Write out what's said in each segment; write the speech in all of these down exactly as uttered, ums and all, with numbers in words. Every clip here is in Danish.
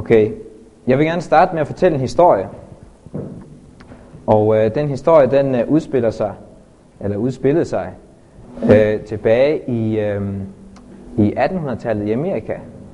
Okay, jeg vil gerne starte med at fortælle en historie. Og øh, den historie, den øh, udspiller sig, eller udspillede sig øh, tilbage i, øh, i attenhundredetallet i Amerika,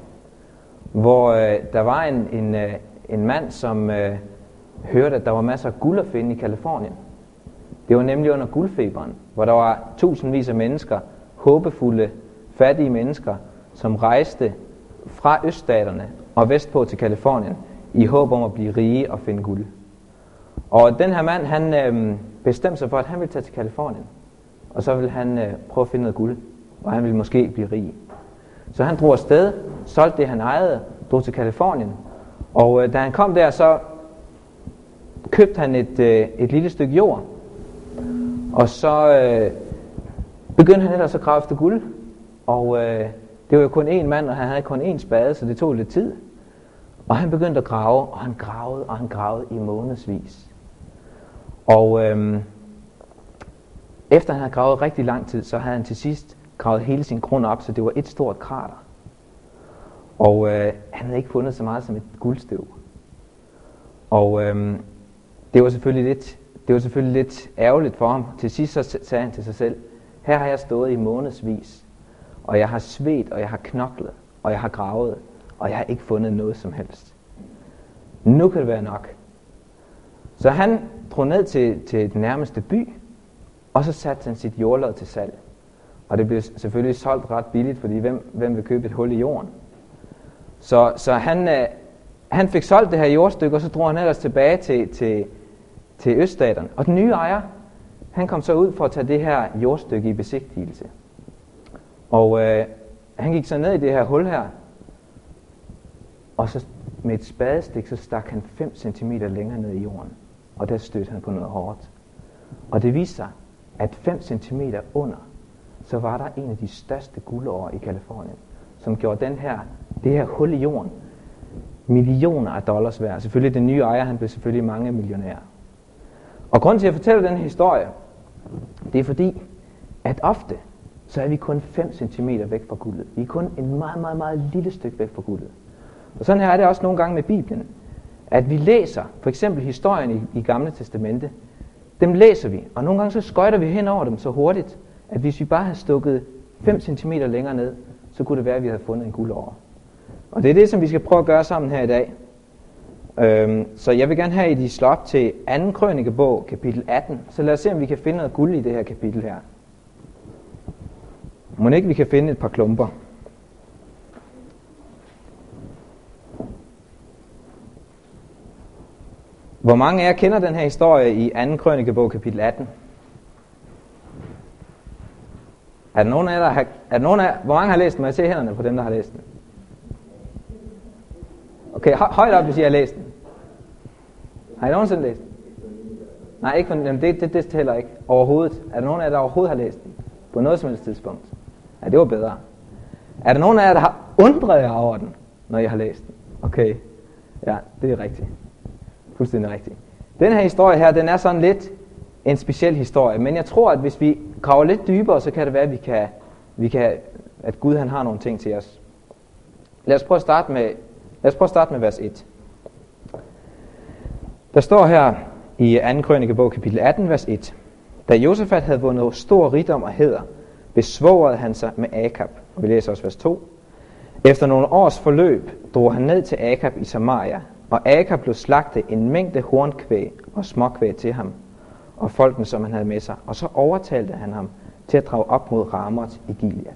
hvor øh, der var en, en, øh, en mand, som øh, hørte, at der var masser af guld at finde i Californien. Det var nemlig under guldfeberen, hvor der var tusindvis af mennesker, håbefulde, fattige mennesker, som rejste fra øststaterne og vestpå til Californien i håb om at blive rige og finde guld. Og den her mand, han øh, bestemte sig for, at han ville tage til Californien, og så ville han øh, prøve at finde noget guld, og han ville måske blive rig. Så han drog afsted, solgte det han ejede, drog til Californien, og øh, da han kom der, så købte han et, øh, et lille stykke jord, og så øh, begyndte han ellers at grave efter guld, og øh, det var jo kun én mand, og han havde kun én spade, så det tog lidt tid. Og han begyndte at grave, og han gravede, og han gravede i månedsvis. Og øhm, efter han havde gravet rigtig lang tid, så havde han til sidst gravet hele sin grund op, så det var et stort krater. Og øh, han havde ikke fundet så meget som et guldstøv. Og øhm, det var selvfølgelig lidt, det var selvfølgelig lidt ærgerligt for ham. Til sidst så sagde han til sig selv, her har jeg stået i månedsvis, og jeg har svedt, og jeg har knoklet, og jeg har gravet, og jeg har ikke fundet noget som helst. Nu kan det være nok. Så han drog ned til, til den nærmeste by, og så satte han sit jordlod til salg. Og det blev selvfølgelig solgt ret billigt, fordi hvem, hvem vil købe et hul i jorden? Så, så han, øh, han fik solgt det her jordstykke, og så drog han ellers tilbage til, til, til øststaterne. Og den nye ejer, han kom så ud for at tage det her jordstykke i besigtigelse. Og øh, han gik så ned i det her hul her, og så med et spadestik, så stak han fem centimeter længere ned i jorden. Og der stødte han på noget hårdt. Og det viste sig, at fem centimeter under, så var der en af de største guldår i Californien, som gjorde den her, det her hul i jorden millioner af dollars værd. Selvfølgelig den nye ejer, han blev selvfølgelig mange millionærer. Og grunden til at fortælle den her historie, det er fordi, at ofte, så er vi kun fem centimeter væk fra guldet. Vi er kun en meget, meget, meget lille stykke væk fra guldet. Og sådan her er det også nogle gange med Bibelen, at vi læser, for eksempel historien i, i Gamle Testamente, dem læser vi, og nogle gange så skøjter vi hen over dem så hurtigt, at hvis vi bare havde stukket fem centimeter længere ned, så kunne det være, at vi havde fundet en guldår. Og det er det, som vi skal prøve at gøre sammen her i dag. Øhm, så jeg vil gerne have, at I slår op til anden krønikebog, kapitel atten. Så lad os se, om vi kan finde noget guld i det her kapitel her. Må ikke vi kan finde et par klumper. Hvor mange af jer kender den her historie i anden krønikebog, kapitel atten? Er der nogen af jer, der har, er der nogen af jer, hvor mange har læst den? Må jeg se hænderne på dem, der har læst den? Okay, højt op, hvis I har læst den. Har I nogensinde læst den? Nej, ikke for, jamen det, det, det heller ikke. Overhovedet. Er der nogen af jer, der overhovedet har læst den? På noget som helst tidspunkt? Ja, det var bedre. Er der nogen af jer, der har undret jer over den, når I har læst den? Okay, ja, det er rigtigt. Fuldstændig rigtigt. Den her historie her, den er sådan lidt en speciel historie, men jeg tror, at hvis vi graver lidt dybere, så kan det være, at vi kan, vi kan, at Gud han har nogle ting til os. Lad os prøve at starte med, lad os prøve at starte med vers et. Der står her i anden krønikebog, kapitel atten, vers et. Da Josafat havde vundet stor rigdom og hæder, besvorede han sig med Akab. Og vi læser også vers to. Efter nogle års forløb drog han ned til Akab i Samaria, og Akab blev slagtet en mængde hornkvæg og småkvæg til ham, og folkene, som han havde med sig. Og så overtalte han ham til at drage op mod Ramot i Gilead.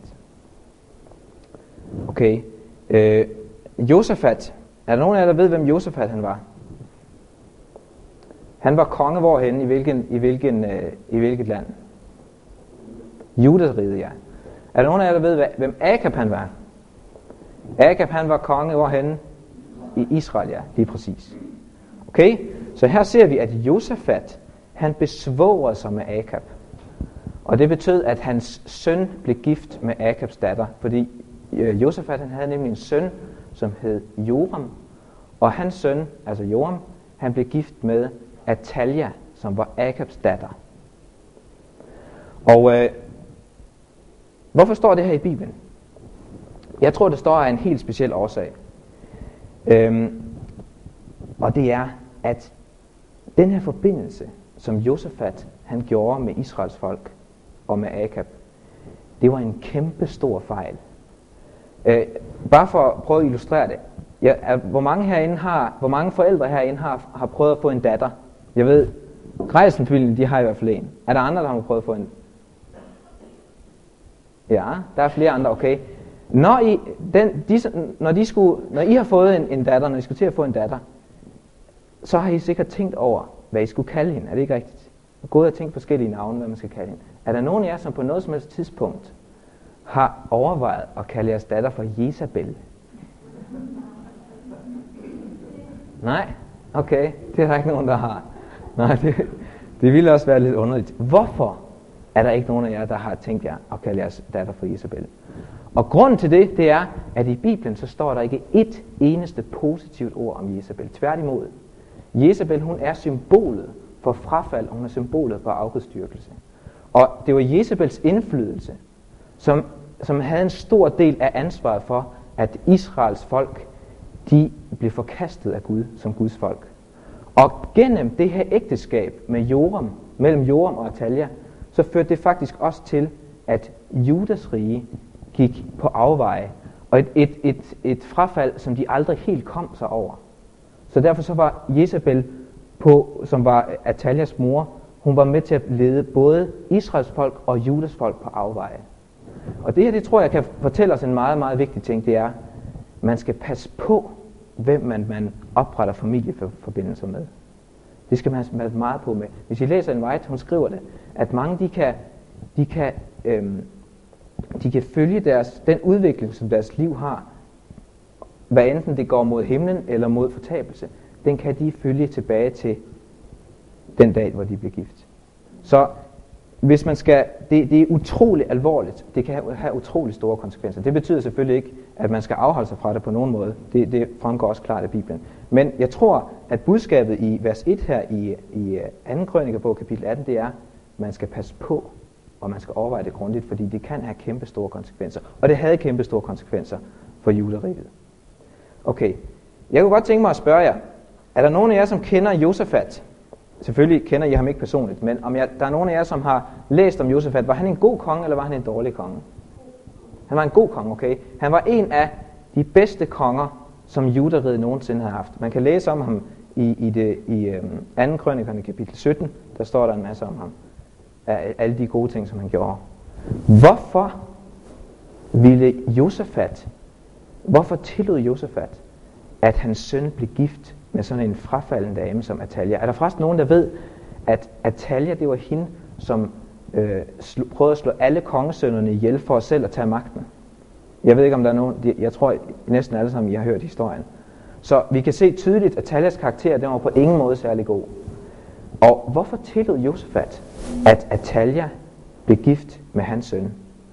Okay. Øh, Josafat. Er der nogen af jer, der ved, hvem Josafat han var? Han var konge hvorhen? I, hvilken, i, hvilken, øh, i hvilket land? Judasriget, ja. Er der nogen af jer, der ved, hvem Akab han var? Akab han var konge hvorhen? I Israel, ja, lige præcis. Okay, så her ser vi, at Josafat, han besvorede sig med Akab. Og det betød, at hans søn blev gift med Akabs datter, fordi øh, Josafat, han havde nemlig en søn, som hed Joram, og hans søn, altså Joram, han blev gift med Atalja, som var Akabs datter. Og øh, hvorfor står det her i Bibelen? Jeg tror, det står af en helt speciel årsag. Øhm, Og det er, at den her forbindelse, som Josafat han gjorde med Israels folk og med Akab, det var en kæmpe stor fejl. Øh, bare for at prøve at illustrere det. Ja, er, hvor mange herinde har, hvor mange forældre herinde har, har prøvet at få en datter? Jeg ved, Greisen-familien, de har i hvert fald en. Er der andre, der har prøvet at få en? Ja, der er flere andre, okay. Når I, den, de, når, de skulle, når I har fået en, en datter, når I skulle til at få en datter, så har I sikkert tænkt over, hvad I skulle kalde hende. Er det ikke rigtigt? Gået og tænkt forskellige navne, hvad man skal kalde hende. Er der nogen af jer, som på noget som helst tidspunkt har overvejet at kalde jeres datter for Jezabel? Nej? Okay, det er der ikke nogen, der har. Nej, det, det ville også være lidt underligt. Hvorfor er der ikke nogen af jer, der har tænkt jer at kalde jeres datter for Jezabel? Og grunden til det, det er, at i Bibelen så står der ikke et eneste positivt ord om Jezabel. Tværtimod. Jezabel, hun er symbolet for frafald, og hun er symbolet for afgudstyrkelse. Og det var Jezabels indflydelse, som, som havde en stor del af ansvaret for, at Israels folk, de blev forkastet af Gud som Guds folk. Og gennem det her ægteskab med Joram, mellem Joram og Atalja, så førte det faktisk også til, at Judas rige gik på afveje, og et, et, et, et frafald, som de aldrig helt kom sig over. Så derfor så var Jezabel, på, som var Ataljas mor, hun var med til at lede både Israels folk og Judas folk på afveje. Og det her, det tror jeg kan fortælle os en meget, meget vigtig ting, det er, man skal passe på, hvem man, man opretter familieforbindelser med. Det skal man have meget på med. Hvis I læser en White, hun skriver det, at mange de kan, de kan, øhm, de kan følge deres, den udvikling, som deres liv har, hvad enten det går mod himlen eller mod fortabelse, den kan de følge tilbage til den dag, hvor de bliver gift. Så hvis man skal, det, det er utroligt alvorligt. Det kan have, have utrolig store konsekvenser. Det betyder selvfølgelig ikke, at man skal afholde sig fra det på nogen måde. Det, det fremgår også klart af Bibelen. Men jeg tror, at budskabet i vers et her i, i anden krønikebog, kapitel atten, det er, at man skal passe på, og man skal overveje det grundigt, fordi det kan have kæmpe store konsekvenser. Og det havde kæmpe store konsekvenser for juderiget. Okay, jeg kunne godt tænke mig at spørge jer, er der nogen af jer, som kender Josafat? Selvfølgelig kender I ham ikke personligt, men om jeg, der er nogen af jer, som har læst om Josafat, var han en god konge, eller var han en dårlig konge? Han var en god konge, okay? Han var en af de bedste konger, som juderiget nogensinde har haft. Man kan læse om ham i, i, det, i øhm, anden krønikerne, kapitel sytten, der står der en masse om ham. Af alle de gode ting, som han gjorde. Hvorfor ville Josafat, hvorfor tillod Josafat, at hans søn blev gift med sådan en frafalden dame som Atalja? Er der forresten nogen, der ved, at Atalja, det var hende, som øh, sl- prøvede at slå alle kongesønnerne ihjel for selv at tage magten? Jeg ved ikke, om der er nogen, de, jeg tror næsten alle sammen, I har hørt historien. Så vi kan se tydeligt, at Ataljas karakter, den var på ingen måde særlig god. Og hvorfor tillod Josafat, at Atalja blev gift med hans søn?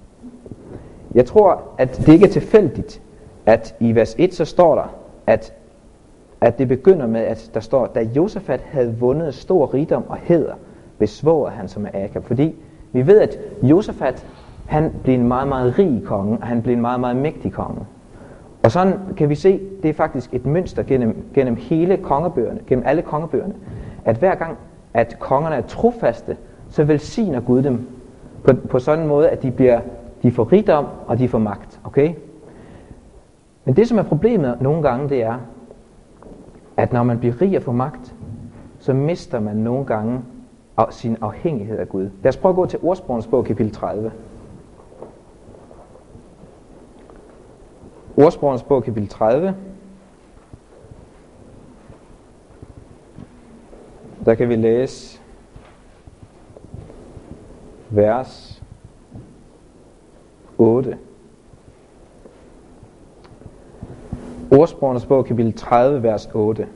Jeg tror, at det ikke er tilfældigt, at i vers et så står der, at, at det begynder med, at der står, da Josafat havde vundet stor rigdom og hæder, besvårede han sig med Akab. Fordi vi ved, at Josafat, han blev en meget, meget rig konge, og han blev en meget, meget mægtig konge. Og sådan kan vi se, det er faktisk et mønster gennem, gennem hele kongebøgerne, gennem alle kongebøgerne, at hver gang, at kongerne er trofaste, så velsigner Gud dem på, på sådan en måde, at de, bliver, de får rigdom, og de får magt. Okay? Men det, som er problemet nogle gange, det er, at når man bliver rig og får magt, så mister man nogle gange af sin afhængighed af Gud. Lad os prøve at gå til Ordsprogenes bog, kapitel tredive. Ordsprogenes bog, kapitel tredive. Der kan vi læse vers otte. Ordsprogenes bog, kapitel tredive, vers otte.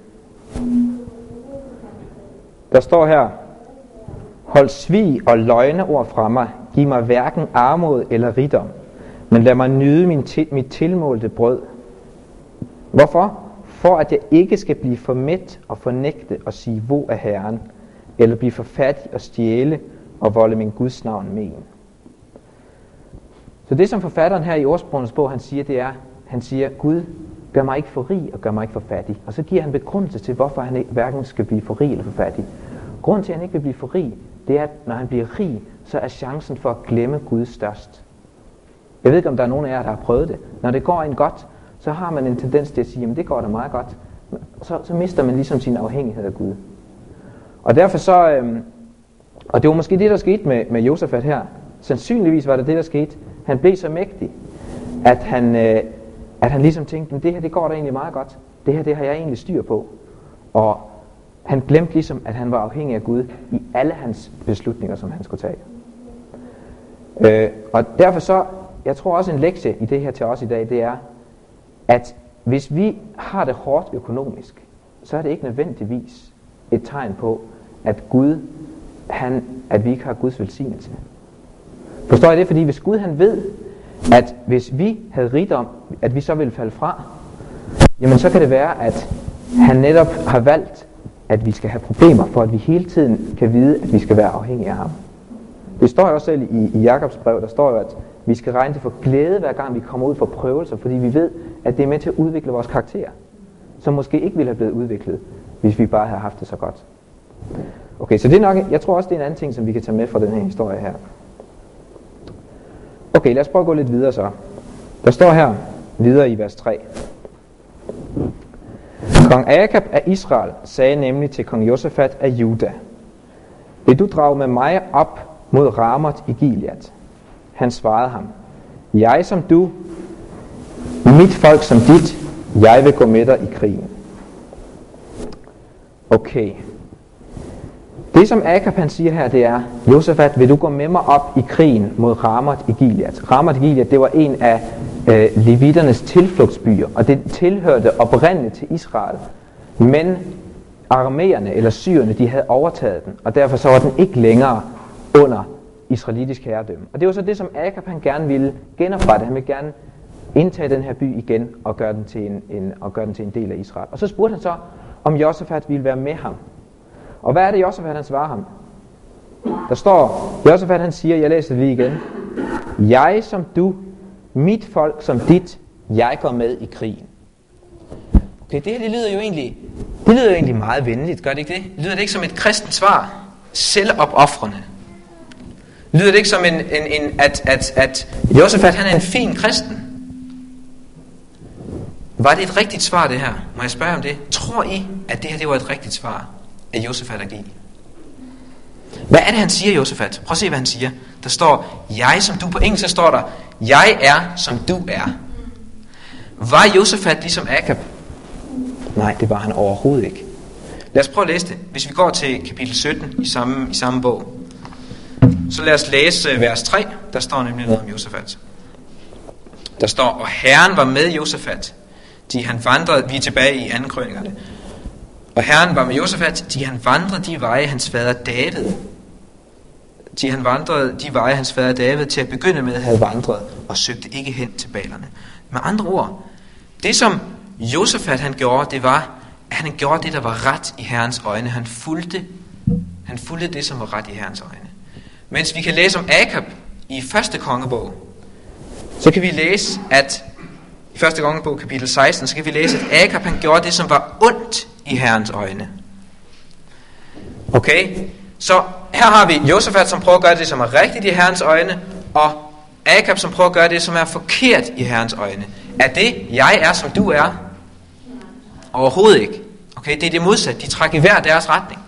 Der står her: Hold svig og løgneord fra mig, giv mig hverken armod eller rigdom, men lad mig nyde min til, mit tilmålte brød. Hvorfor? For at jeg ikke skal blive for mæt og fornægte og sige hvor af Herren, eller blive for fattig og stjæle og volde min Guds navn men. Så det, som forfatteren her i Ordsprogenes bog, han siger, det er, han siger, Gud, gør mig ikke for rig og gør mig ikke for fattig. Og så giver han begrundelse til, hvorfor han ikke, hverken skal blive for rig eller for fattig. Grunden til, at han ikke vil blive for rig, det er, at når han bliver rig, så er chancen for at glemme Gud størst. Jeg ved ikke, om der er nogen af jer, der har prøvet det. Når det går en godt, så har man en tendens til at sige, jamen det går da meget godt. Så, så mister man ligesom sin afhængighed af Gud. Og derfor så, øhm, og det var måske det, der skete med, med Josafat her. Sandsynligvis var det det, der skete. Han blev så mægtig, at han, øh, at han ligesom tænkte, men det her, det går da egentlig meget godt. Det her, det har jeg egentlig styr på. Og han glemte ligesom, at han var afhængig af Gud i alle hans beslutninger, som han skulle tage. Øh, og derfor så, jeg tror også en lektie i det her til os i dag, det er, at hvis vi har det hårdt økonomisk, så er det ikke nødvendigvis et tegn på, at Gud, han, at vi ikke har Guds velsignelse. Forstår I det? Fordi hvis Gud han ved, at hvis vi havde rigdom, at vi så ville falde fra, jamen så kan det være, at han netop har valgt, at vi skal have problemer, for at vi hele tiden kan vide, at vi skal være afhængige af ham. Det står jo også selv i, i Jakobs brev, der står jo, at vi skal regne det for glæde, hver gang vi kommer ud for prøvelser, fordi vi ved, at det er med til at udvikle vores karakter, som måske ikke ville have blevet udviklet, hvis vi bare havde haft det så godt. Okay, så det er nok, jeg tror også, det er en anden ting, som vi kan tage med fra den her historie her. Okay, lad os prøve at gå lidt videre så. Der står her videre i vers tre. Kong Akab af Israel sagde nemlig til kong Josafat af Juda: vil du drage med mig op mod Ramot i Gilead? Han svarede ham: jeg som du, mit folk som dit, jeg vil gå med dig i krigen. Okay. Det som Akab han siger her, det er: Josafat, vil du gå med mig op i krigen mod Ramot i Gilead? Ramot i Gilead, det var en af øh, levitternes tilflugtsbyer, og det tilhørte oprindeligt til Israel. Men arameerne eller syrerne, de havde overtaget den, og derfor så var den ikke længere under israelitisk herredømme. Og det var så det, som Akab han gerne ville genoprette. Han ville gerne indtage den her by igen og gøre den til en, en, og gøre den til en del af Israel. Og så spurgte han så, om Josafat ville være med ham. Og hvad er det, Josafat han svarer ham? Der står, Josafat han siger, jeg læser det lige igen: jeg som du, mit folk som dit, jeg går med i krigen. Okay, det her det lyder jo egentlig, det lyder jo egentlig meget venligt, gør det ikke det? Lyder det ikke som et kristent svar? Selvopoffrende. Lyder det ikke som en, en, en at, at, at Josafat han er en fin kristen? Var det et rigtigt svar det her? Må jeg spørge om det? Tror I, at det her det var et rigtigt svar af Josafat at give? Hvad er det han siger, Josafat? Prøv at se hvad han siger. Der står, jeg som du. På engelsk så står der, jeg er som du er. Var Josafat ligesom Akab? Nej, det var han overhovedet ikke. Lad os prøve at læse det. Hvis vi går til kapitel sytten i samme, i samme bog, så lad os læse vers tre. Der står nemlig noget om Josafat. Der står, og Herren var med Josafat, de han vandrede, vi er tilbage i anden krønikerne. Og Herren var med Josafat, de han vandrede de veje hans fader David. De han vandrede de veje hans fader David til at begynde med havde vandret og søgte ikke hen til balerne. Med andre ord, det som Josafat han gjorde, det var, at han gjorde det, der var ret i Herrens øjne. Han fulgte, han fulgte det, som var ret i Herrens øjne. Mens vi kan læse om Akab i første kongebog, så kan vi læse, at i første kongebog kapitel seksten, så kan vi læse, at Akab han gjorde det, som var ondt i Herrens øjne. Okay, så her har vi Josafat, som prøver at gøre det, som er rigtigt i Herrens øjne, og Akab, som prøver at gøre det, som er forkert i Herrens øjne. Er det, jeg er, som du er? Overhovedet ikke. Okay, det er det modsatte. De trækker i hver deres retning.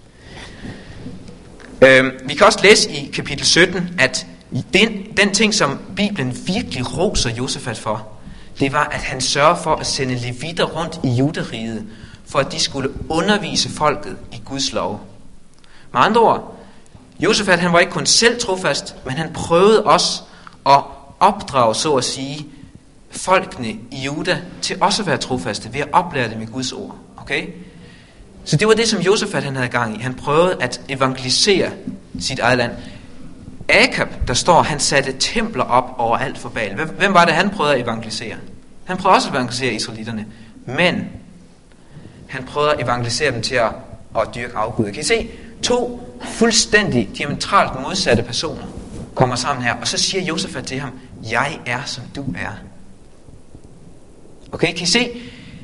Øhm, vi kan også læse i kapitel sytten, at den, den ting, som Bibelen virkelig roser Josafat for, det var, at han sørger for at sende levitter rundt i Judariget, for at de skulle undervise folket i Guds lov. Med andre ord, Josafat han var ikke kun selv trofast, men han prøvede også at opdrage, så at sige, folkene i Juda til også at være trofaste ved at oplære dem i Guds ord. Okay? Så det var det, som Josafat han havde gang i. Han prøvede at evangelisere sit eget land. Akab, der står, han satte templer op overalt for Baal. Hvem var det, han prøvede at evangelisere? Han prøvede også at evangelisere israelitterne. Men han prøvede at evangelisere dem til at, at dyrke afgud. Kan I se? To fuldstændig diametralt modsatte personer kommer sammen her. Og så siger Josafat til ham, jeg er som du er. Okay, kan I se?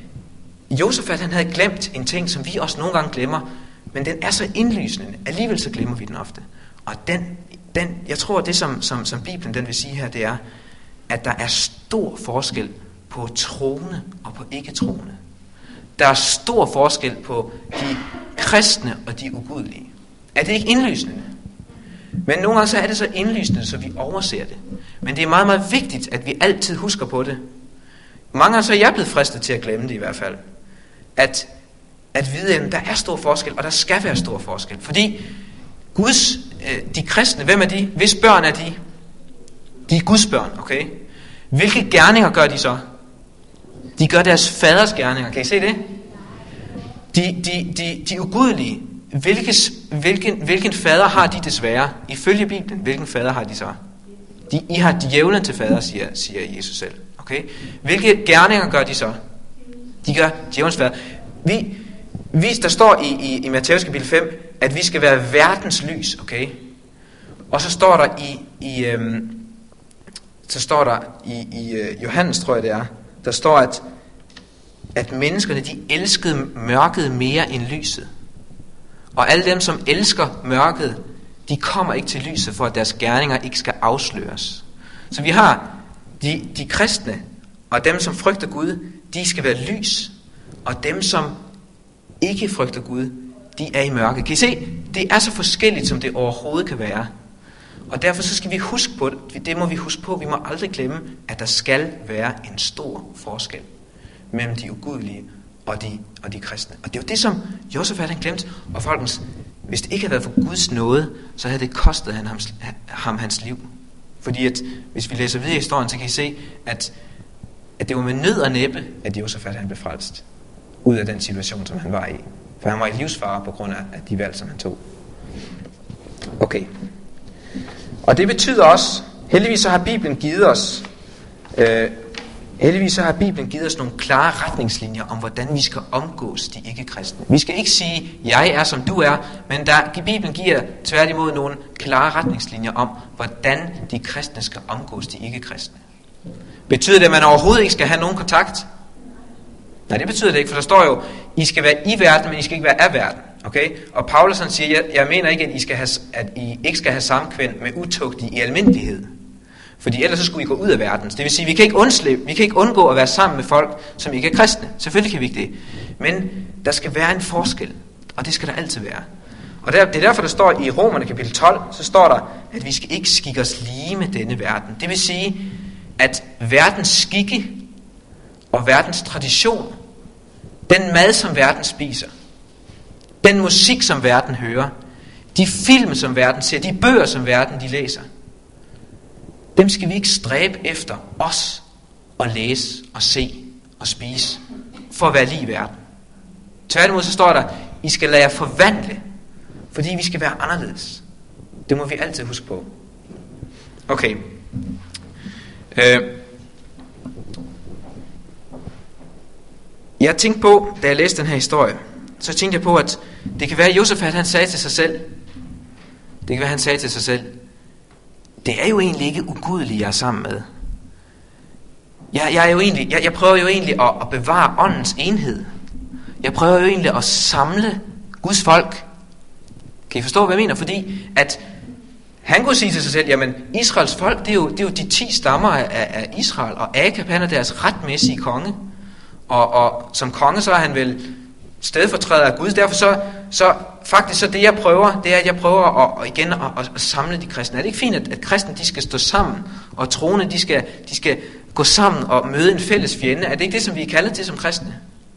Josafat, han havde glemt en ting, som vi også nogle gange glemmer, men den er så indlysende. Alligevel så glemmer vi den ofte. Og den, den jeg tror, det som, som, som Bibelen den vil sige her, det er, at der er stor forskel på troende og på ikke-troende. Der er stor forskel på de kristne og de ugudelige. Er det ikke indlysende? Men nogle gange så er det så indlysende, så vi overser det. Men det er meget, meget vigtigt, at vi altid husker på det. Mange gange så er jeg blevet fristet til at glemme det i hvert fald. At, at vide, at der er stor forskel, og der skal være stor forskel. Fordi Guds, øh, de kristne, hvem er de? Hvis børn er de? De er Guds børn, okay? Hvilke gerninger gør de så? De gør deres faders gerninger, kan I se det? De, de, de, de ugudelige, hvilkes, hvilken, hvilken fader har de desværre? Ifølge Bibelen, hvilken fader har de så? De, I har djævlen til fader, siger, siger Jesus selv. Okay? Hvilke gerninger gør de så? De gør djævelens fader. Vi, vi, der står i, i, i Matthæus kapitel fem, at vi skal være verdens lys, okay? Og så står der i, i øhm, så står der i, i uh, Johannes, tror jeg det er, der står, at, at menneskerne, de elskede mørket mere end lyset. Og alle dem, som elsker mørket, de kommer ikke til lyset, for at deres gerninger ikke skal afsløres. Så vi har de, de kristne, og dem, som frygter Gud, de skal være lys. Og dem, som ikke frygter Gud, de er i mørke. Kan I se? Det er så forskelligt, som det overhovedet kan være. Og derfor så skal vi huske på det. Det må vi huske på. Vi må aldrig glemme, at der skal være en stor forskel mellem de ugudelige og de, og de kristne. Og det er jo det, som Josafat han glemt. Og folkens, hvis det ikke havde været for Guds nåde, så havde det kostet han ham, ham hans liv. Fordi at, hvis vi læser videre i historien, så kan I se, at, at det var med nød og næppe, at Josafat han blev frelst ud af den situation, som han var i. For han var i livsfare på grund af de valg, som han tog. Okay. Og det betyder også, heldigvis så har Bibelen givet os, øh, heldigvis så har Bibelen givet os nogle klare retningslinjer om, hvordan vi skal omgås de ikke-kristne. Vi skal ikke sige, jeg er som du er, men der, Bibelen giver tværtimod nogle klare retningslinjer om, hvordan de kristne skal omgås de ikke-kristne. Betyder det, at man overhovedet ikke skal have nogen kontakt? Nej, det betyder det ikke, for der står jo, I skal være i verden, men I skal ikke være af verden. Okay? Og Paulus han siger, jeg, jeg mener ikke, at I, skal have, at I ikke skal have samkvem med utugtige i almindelighed. Fordi ellers så skulle I gå ud af verden. Det vil sige, vi kan ikke undslippe, vi kan ikke undgå at være sammen med folk, som ikke er kristne. Selvfølgelig kan vi ikke det. Men der skal være en forskel, og det skal der altid være. Og der, det er derfor, der står i Romerne kapitel tolv, så står der, at vi skal ikke skikke os lige med denne verden. Det vil sige, at verdens skikke og verdens tradition, den mad, som verden spiser, den musik, som verden hører, de film, som verden ser, de bøger, som verden de læser, dem skal vi ikke stræbe efter os og læse og se og spise for at være lige i verden. Tværtimod så står der, I skal lade jer forvandle, fordi vi skal være anderledes. Det må vi altid huske på. Okay. Øh. Jeg tænkte på, da jeg læste den her historie, så tænkte jeg på, at det kan være, at Josafat han sagde til sig selv, det kan være, han sagde til sig selv, det er jo egentlig ikke ugudeligt, jeg er sammen med. Jeg, jeg, er jo egentlig, jeg, jeg prøver jo egentlig at, at bevare åndens enhed. Jeg prøver jo egentlig at samle Guds folk. Kan I forstå, hvad jeg mener? Fordi at han kunne sige til sig selv, jamen Israels folk, det er jo, det er jo de ti stammer af, af Israel, og Akab han er deres retmæssige konge. Og, og som konge, så er han vel stedfortræder af Gud. Derfor så, så faktisk så det jeg prøver, det er at jeg prøver at, at igen at, at, at samle de kristne. Er det ikke fint, at, at kristne de skal stå sammen, og troende de skal, de skal gå sammen og møde en fælles fjende? Er det ikke det, som vi er kaldet til som kristne?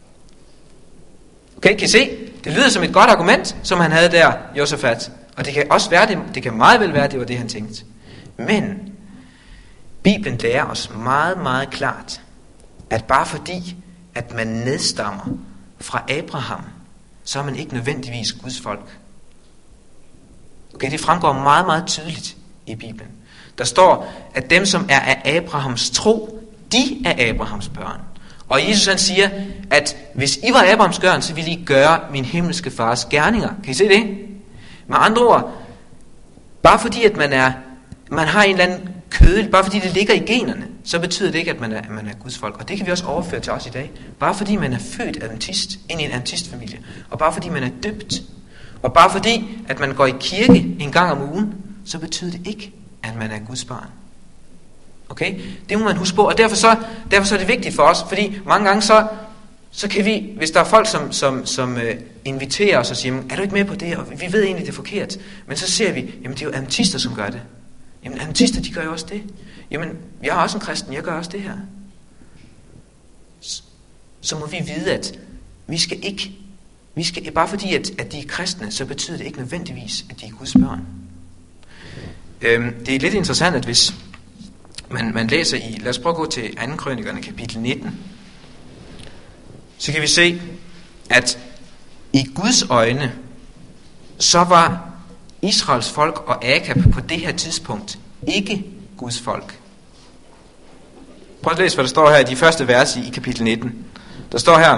Okay, kan I se? Det lyder som et godt argument, som han havde der, Josafat. Og det kan også være det, det kan meget vel være, det var det han tænkte. Men Bibelen lærer os meget, meget klart, at bare fordi at man nedstammer fra Abraham, så er man ikke nødvendigvis Guds folk. Okay, det fremgår meget, meget tydeligt i Bibelen. Der står, at dem, som er af Abrahams tro, de er Abrahams børn. Og Jesus han siger, at hvis I var Abrahams børn, så ville I gøre min himmelske fars gerninger. Kan I se det? Med andre ord, bare fordi at man er, man har en eller anden kødel, bare fordi det ligger i generne, så betyder det ikke, at man er, at man er Guds folk. Og det kan vi også overføre til os i dag. Bare fordi man er født adventist, ind i en adventistfamilie, og bare fordi man er døbt, og bare fordi, at man går i kirke en gang om ugen, så betyder det ikke, at man er Guds barn. Okay? Det må man huske på, og derfor så, derfor så er det vigtigt for os, fordi mange gange så, så kan vi, hvis der er folk, som, som, som uh, inviterer os og siger, er du ikke med på det, og vi ved egentlig, det er forkert, men så ser vi, jamen det er jo adventister, som gør det. Jamen adventister, de gør jo også det. Jamen, jeg er også en kristen, jeg gør også det her. Så, så må vi vide, at vi skal ikke, vi skal, bare fordi, at, at de er kristne, så betyder det ikke nødvendigvis, at de er Guds børn. Øhm, det er lidt interessant, at hvis man, man læser i, lad os prøve at gå til anden krønikerne, kapitel nitten, så kan vi se, at i Guds øjne, så var Israels folk og Akab på det her tidspunkt ikke Guds folk. Prøv at læse, hvad der står her i de første vers i kapitel nitten. Der står her,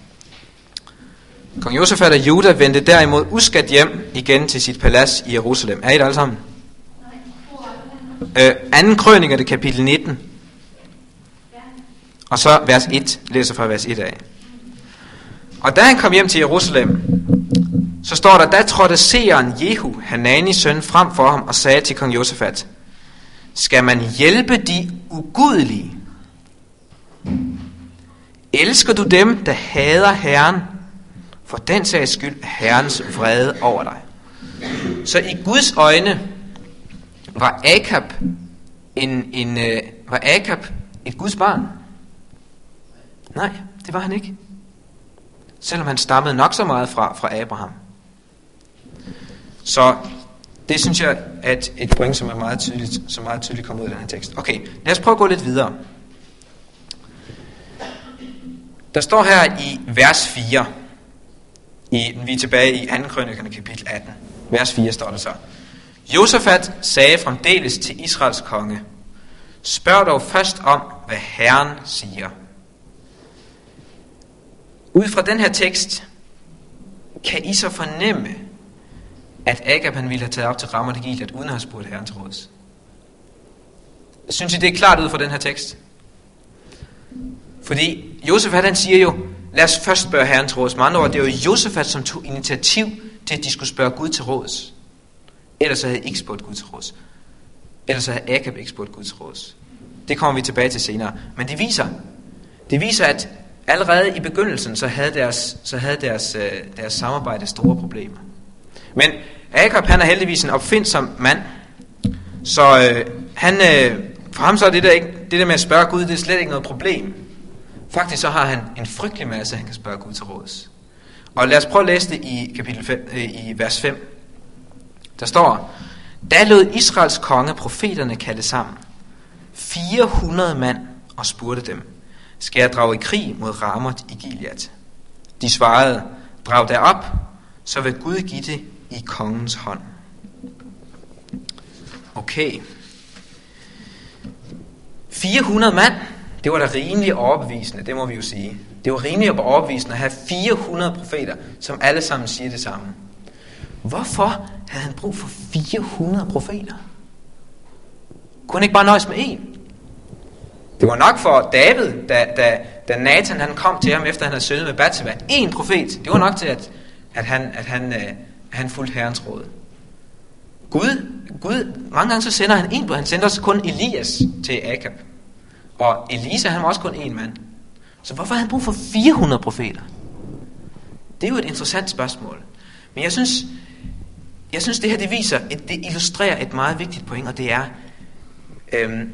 Kong Josafat af Juda vendte derimod uskadt hjem igen til sit palads i Jerusalem. Er I der alle sammen? Øh, anden krøniker, det kapitel nitten. Og så vers et, læser fra vers et af. Og da han kom hjem til Jerusalem, så står der, da trådte seeren Jehu, Hananis søn, frem for ham og sagde til kong Josafat, skal man hjælpe de ugudelige? Elsker du dem, der hader Herren? For den sags skyld er Herrens vrede over dig. Så i Guds øjne var Akab, en, en, øh, var Akab et Guds barn? Nej, det var han ikke. Selvom han stammede nok så meget fra, fra Abraham. Så det synes jeg er et, et point, som er meget tydeligt, som meget tydeligt kommer ud af den her tekst. Okay, lad os prøve at gå lidt videre. Der står her i vers fire, i, vi er tilbage i anden krønikerne kapitel atten. Vers fire står der så. Josafat sagde fremdeles til Israels konge, spørg dog først om, hvad Herren siger. Ud fra den her tekst, kan I så fornemme, at Akab han ville have taget op til Ramoth Gilead, uden at have spurgt Herren til råds? Synes I, det er klart ud fra den her tekst? Fordi Josafat han siger jo, lad os først spørge Herren til råds. Med andre ord, det er jo Josafat, som tog initiativ til, at de skulle spørge Gud til råds. Ellers havde jeg ikke spurgt Gud til råds. Ellers havde Akab ikke spurgt Gud til råds. Det kommer vi tilbage til senere. Men det viser, det viser at allerede i begyndelsen, så havde deres, så havde deres, øh, deres samarbejde store problemer. Men Akab, han er heldigvis en opfindsom mand. Så øh, han, øh, for ham så er det der, ikke, det der med at spørge Gud, det er slet ikke noget problem. Faktisk så har han en frygtelig masse, han kan spørge Gud til råds. Og lad os prøve at læse det i kapitel fem, øh, i vers fem. Der står, da lod Israels konge profeterne kalde sammen, fire hundrede mand, og spurgte dem, skal jeg drage i krig mod Ramoth i Gilead? De svarede, drag derop, så vil Gud give det i kongens hånd. Okay. fire hundrede mand, det var da rimelig overbevisende, det må vi jo sige. Det var rimelig overbevisende at have fire hundrede profeter, som alle sammen siger det samme. Hvorfor havde han brug for fire hundrede profeter? Kunne han ikke bare nøjes med en? Det var nok for David, da, da, da Nathan han kom til ham, efter han havde syndet med Batseba. En profet, det var nok til, at, at, han, at, han, at han fulgte Herrens råd. Gud, Gud, mange gange så sender han en, han sender også kun Elias til Akab. Og Elisa, han var også kun en mand. Så hvorfor havde han brug for fire hundrede profeter? Det er jo et interessant spørgsmål. Men jeg synes, jeg synes det her det viser, et, det illustrerer et meget vigtigt point, og det er, øhm,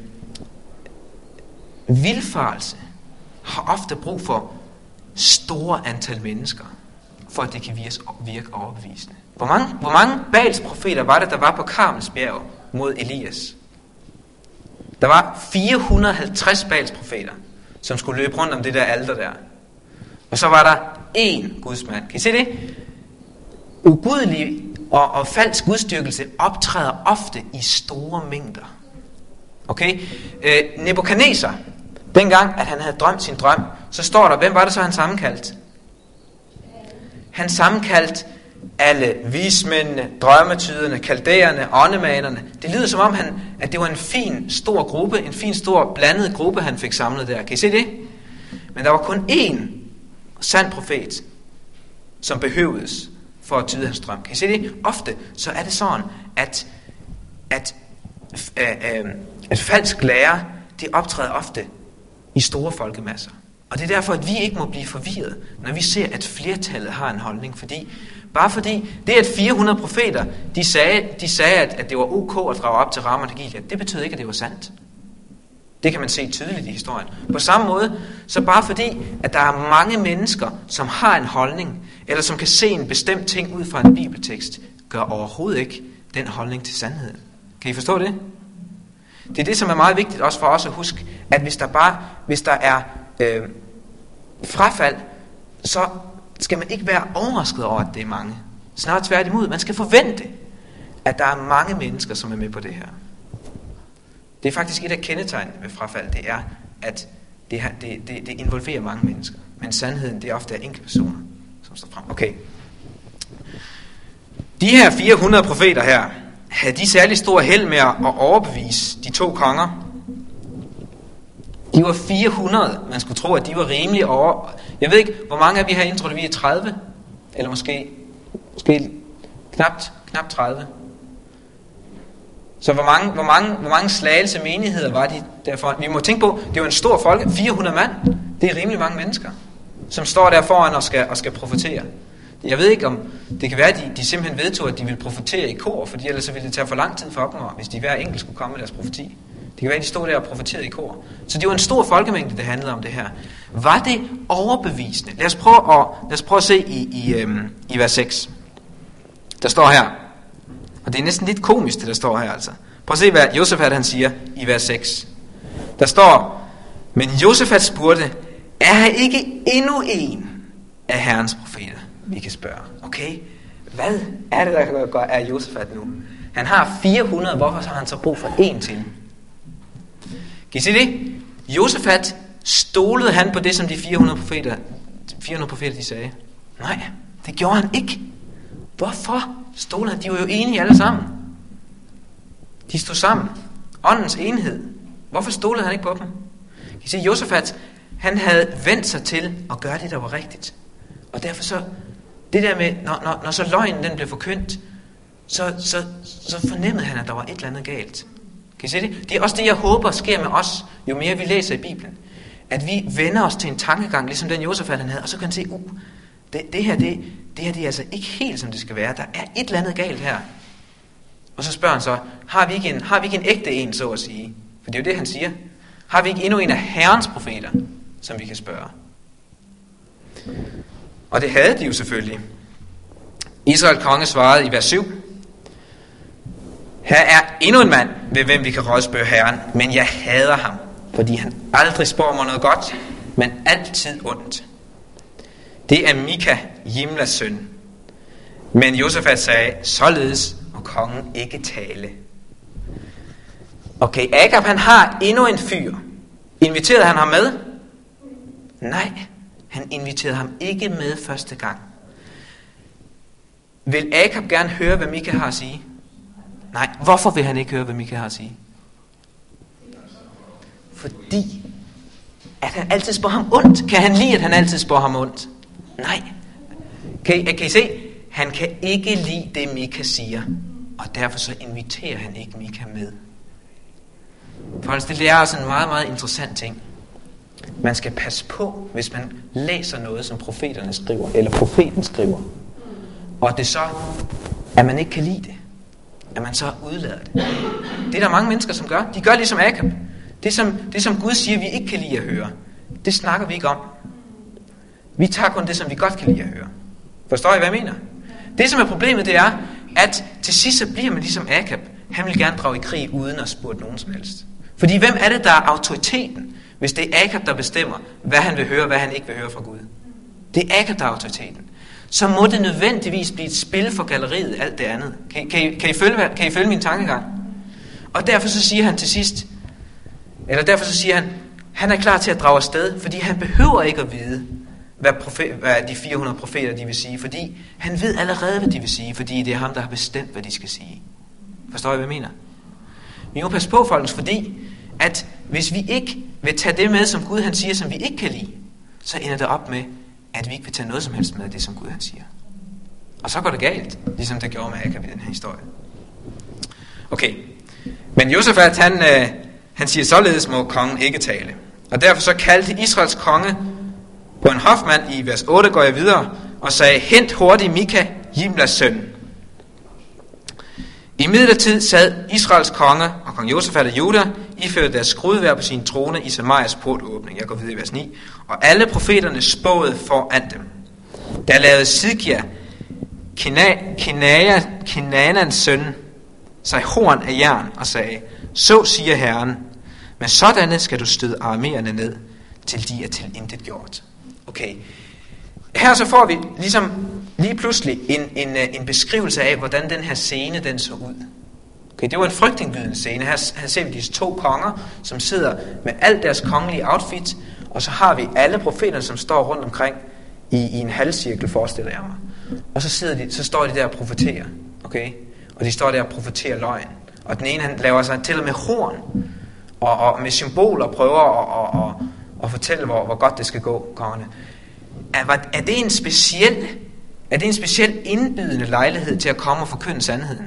vildfarelse har ofte brug for store antal mennesker, for at det kan virke, virke overbevisende. Hvor mange, hvor mange Baals profeter var det, der var på Karmels bjerg mod Elias? Der var fire hundrede og halvtreds Baals profeter, som skulle løbe rundt om det der alter der. Og så var der én gudsmand. Kan I se det? Ugudelig og, og falsk gudstyrkelse optræder ofte i store mængder. Okay? Øh, Nebukadneser, dengang at han havde drømt sin drøm, så står der, hvem var det så han sammenkaldt? Han sammenkaldt alle vismændene, drømmetyderne, kaldæerne, åndemanerne. Det lyder som om, han, at det var en fin, stor gruppe, en fin, stor, blandet gruppe, han fik samlet der. Kan I se det? Men der var kun én sand profet, som behøvedes for at tyde hans drøm. Kan I se det? Ofte så er det sådan, at, at, øh, øh, at falsk lære, det optræder ofte i store folkemasser. Og det er derfor, at vi ikke må blive forvirret, når vi ser, at flertallet har en holdning. Fordi, bare fordi det, at fire hundrede profeter, de sagde, de sagde at, at det var ok at drage op til Ramah Gilead, det betød ikke, at det var sandt. Det kan man se tydeligt i historien. På samme måde, så bare fordi, at der er mange mennesker, som har en holdning, eller som kan se en bestemt ting ud fra en bibeltekst, gør overhovedet ikke den holdning til sandheden. Kan I forstå det? Det er det, som er meget vigtigt også for os at huske, at hvis der bare, hvis der er øh, frafald, så skal man ikke være overrasket over, at det er mange. Snarere tværtimod, man skal forvente, at der er mange mennesker, som er med på det her. Det er faktisk et af kendetegnene ved frafald, det er, at det, det, det, det involverer mange mennesker. Men sandheden, det er ofte enkelte personer, som står frem. Okay. De her fire hundrede profeter her, havde de særlig stor held med at overbevise de to konger? De var fire hundrede. Man skulle tro, at de var rimelig over. Jeg ved ikke, hvor mange af vi herinde, tror det vi er tredive? Eller måske, måske knapt, knapt tredive. Så hvor mange, hvor mange, hvor mange Slagelse menigheder var de derfor? Vi må tænke på, det var en stor folke, fire hundrede mand. Det er rimelig mange mennesker, som står der foran og skal, og skal profetere. Jeg ved ikke, om det kan være, at de, de simpelthen vedtog, at de ville profetere i kor, fordi ellers så ville det tage for lang tid for dem, hvis de hver enkelt skulle komme med deres profeti. Det kan være, at de stod der og profeterede i kor. Så det var en stor folkemængde, det handlede om det her. Var det overbevisende? Lad os prøve at, lad os prøve at se i, i, øhm, i vers seks. Der står her, og det er næsten lidt komisk, det der står her altså. Prøv at se, hvad Josafat han siger i vers seks. Der står, men Josafat spurgte, er her ikke endnu en af Herrens profeter, vi kan spørge? Okay, hvad er det, der gør af Josafat nu? Han har fire hundrede, hvorfor har han så brug for en til? Kan I se det? Josafat, stolede han på det, som de fire hundrede profeter, fire hundrede profeter de sagde? Nej, det gjorde han ikke. Hvorfor stolede han? De var jo enige alle sammen. De stod sammen. Åndens enhed. Hvorfor stolede han ikke på dem? Kan I se, Josafat, han havde vendt sig til at gøre det, der var rigtigt. Og derfor så, det der med, når, når, når så løgnen den blev forkyndt, så, så, så fornemmede han, at der var et eller andet galt. Kan I se det? Det er også det, jeg håber sker med os, jo mere vi læser i Bibelen. At vi vender os til en tankegang, ligesom den Josafat han havde, og så kan han se, uh, det, det, her, det, det her det er altså ikke helt, som det skal være. Der er et eller andet galt her. Og så spørger han så, har vi ikke en, har vi ikke en ægte en, så at sige? For det er jo det, han siger. Har vi ikke endnu en af Herrens profeter, som vi kan spørge? Og det havde de jo selvfølgelig. Israel konge svarede i vers syv. Her er endnu en mand, ved hvem vi kan rådspørge Herren, men jeg hader ham, fordi han aldrig spår mig noget godt, men altid ondt. Det er Mika, Jimlas søn. Men Josafat sagde, således må kongen ikke tale. Okay, Agab han har endnu en fyr. Inviterede han ham med? Nej, han inviterede ham ikke med første gang. Vil Agab gerne høre, hvad Mika har at sige? Nej, hvorfor vil han ikke høre, hvad Mika har at sige? Fordi, at han altid spår ham ondt. Kan han lide, at han altid spår ham ondt? Nej. Kan I, kan I se? Han kan ikke lide det, Mika siger. Og derfor så inviterer han ikke Mika med. For det er altså en meget, meget interessant ting. Man skal passe på, hvis man læser noget, som profeterne skriver, eller profeten skriver. Og det så, at man ikke kan lide det. At man så udlader det. Det er der mange mennesker, som gør. De gør ligesom Agab. Det som, det som Gud siger, vi ikke kan lide at høre, det snakker vi ikke om. Vi tager kun det, som vi godt kan lide at høre. Forstår I, hvad jeg mener? Det, som er problemet, det er, at til sidst så bliver man ligesom Agab. Han vil gerne drage i krig, uden at spurgte nogen som helst. Fordi hvem er det, der er autoriteten, hvis det er Agab, der bestemmer, hvad han vil høre, hvad han ikke vil høre fra Gud? Det er Agab, der er autoriteten. Så må det nødvendigvis blive et spil for galleriet, alt det andet. Kan, kan, I, kan, I, følge, kan I følge min tankegang? Og derfor så siger han til sidst, eller derfor så siger han, han er klar til at drage afsted, fordi han behøver ikke at vide, hvad, profet, hvad de fire hundrede profeter de vil sige, fordi han ved allerede, hvad de vil sige, fordi det er ham, der har bestemt, hvad de skal sige. Forstår I, hvad jeg mener? Vi må passe på, folkens, fordi at hvis vi ikke vil tage det med, som Gud han siger, som vi ikke kan lide, så ender det op med, at vi ikke vil tage noget som helst med af det, som Gud han siger. Og så går det galt, ligesom det gjorde med Akab i den her historie. Okay, men Josafat, han, øh, han siger, således må kongen ikke tale. Og derfor så kaldte Israels konge på en hofmand, i vers otte går jeg videre, og sagde, hent hurtigt Mika, Jimlas søn. I midlertid sad Israels konge og kong Josafat af Juda, iførte deres skrudvær på sin trone i Samarias portåbning. Jeg går videre i vers ni. Og alle profeterne spåede foran dem. Der lavede Sidkia, Kina, Kinanans søn, sig horn af jern og sagde, så siger Herren, men sådanne skal du støde arameerne ned, til de er tilintetgjort. Okay, her så får vi ligesom lige pludselig en, en, en beskrivelse af, hvordan den her scene den så ud. Okay, det var en frygtindgydende scene. Her, her ser vi disse to konger, som sidder med alt deres kongelige outfit, og så har vi alle profeterne, som står rundt omkring i, i en halvcirkel, forestiller jeg mig. Og så, sidder de, så står de der og profeterer, okay? Og de står der og profeterer løgn. Og den ene, han laver sig til og med horn, og, og med symboler prøver at og, og, og fortælle, hvor, hvor godt det skal gå, kongerne. Er, er det en speciel, er det en speciel indbydende lejlighed til at komme og forkynde sandheden?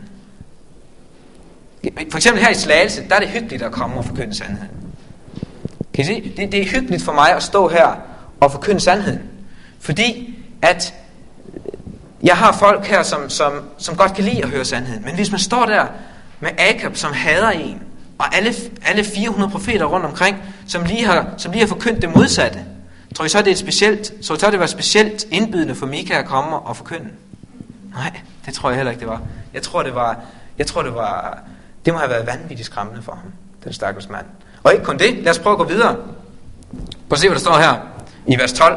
For eksempel her i Slagelse, der er det hyggeligt at komme og forkynde sandheden. Kan I se? Det, det er hyggeligt for mig at stå her og forkynde sandheden. Fordi at jeg har folk her, som, som, som godt kan lide at høre sandheden. Men hvis man står der med Akab, som hader en, og alle, alle fire hundrede profeter rundt omkring, som lige har, som lige har forkyndt det modsatte, tror I så, det er et specielt, så så det var specielt indbydende for Mika at komme og forkynde? Nej, det tror jeg heller ikke, det var. Jeg tror, det var, jeg tror, det var, det må have været vanvittigt skræmmende for ham, den stakkels mand. Og ikke kun det, lad os prøve at gå videre. Prøv at se, hvad der står her i vers tolv.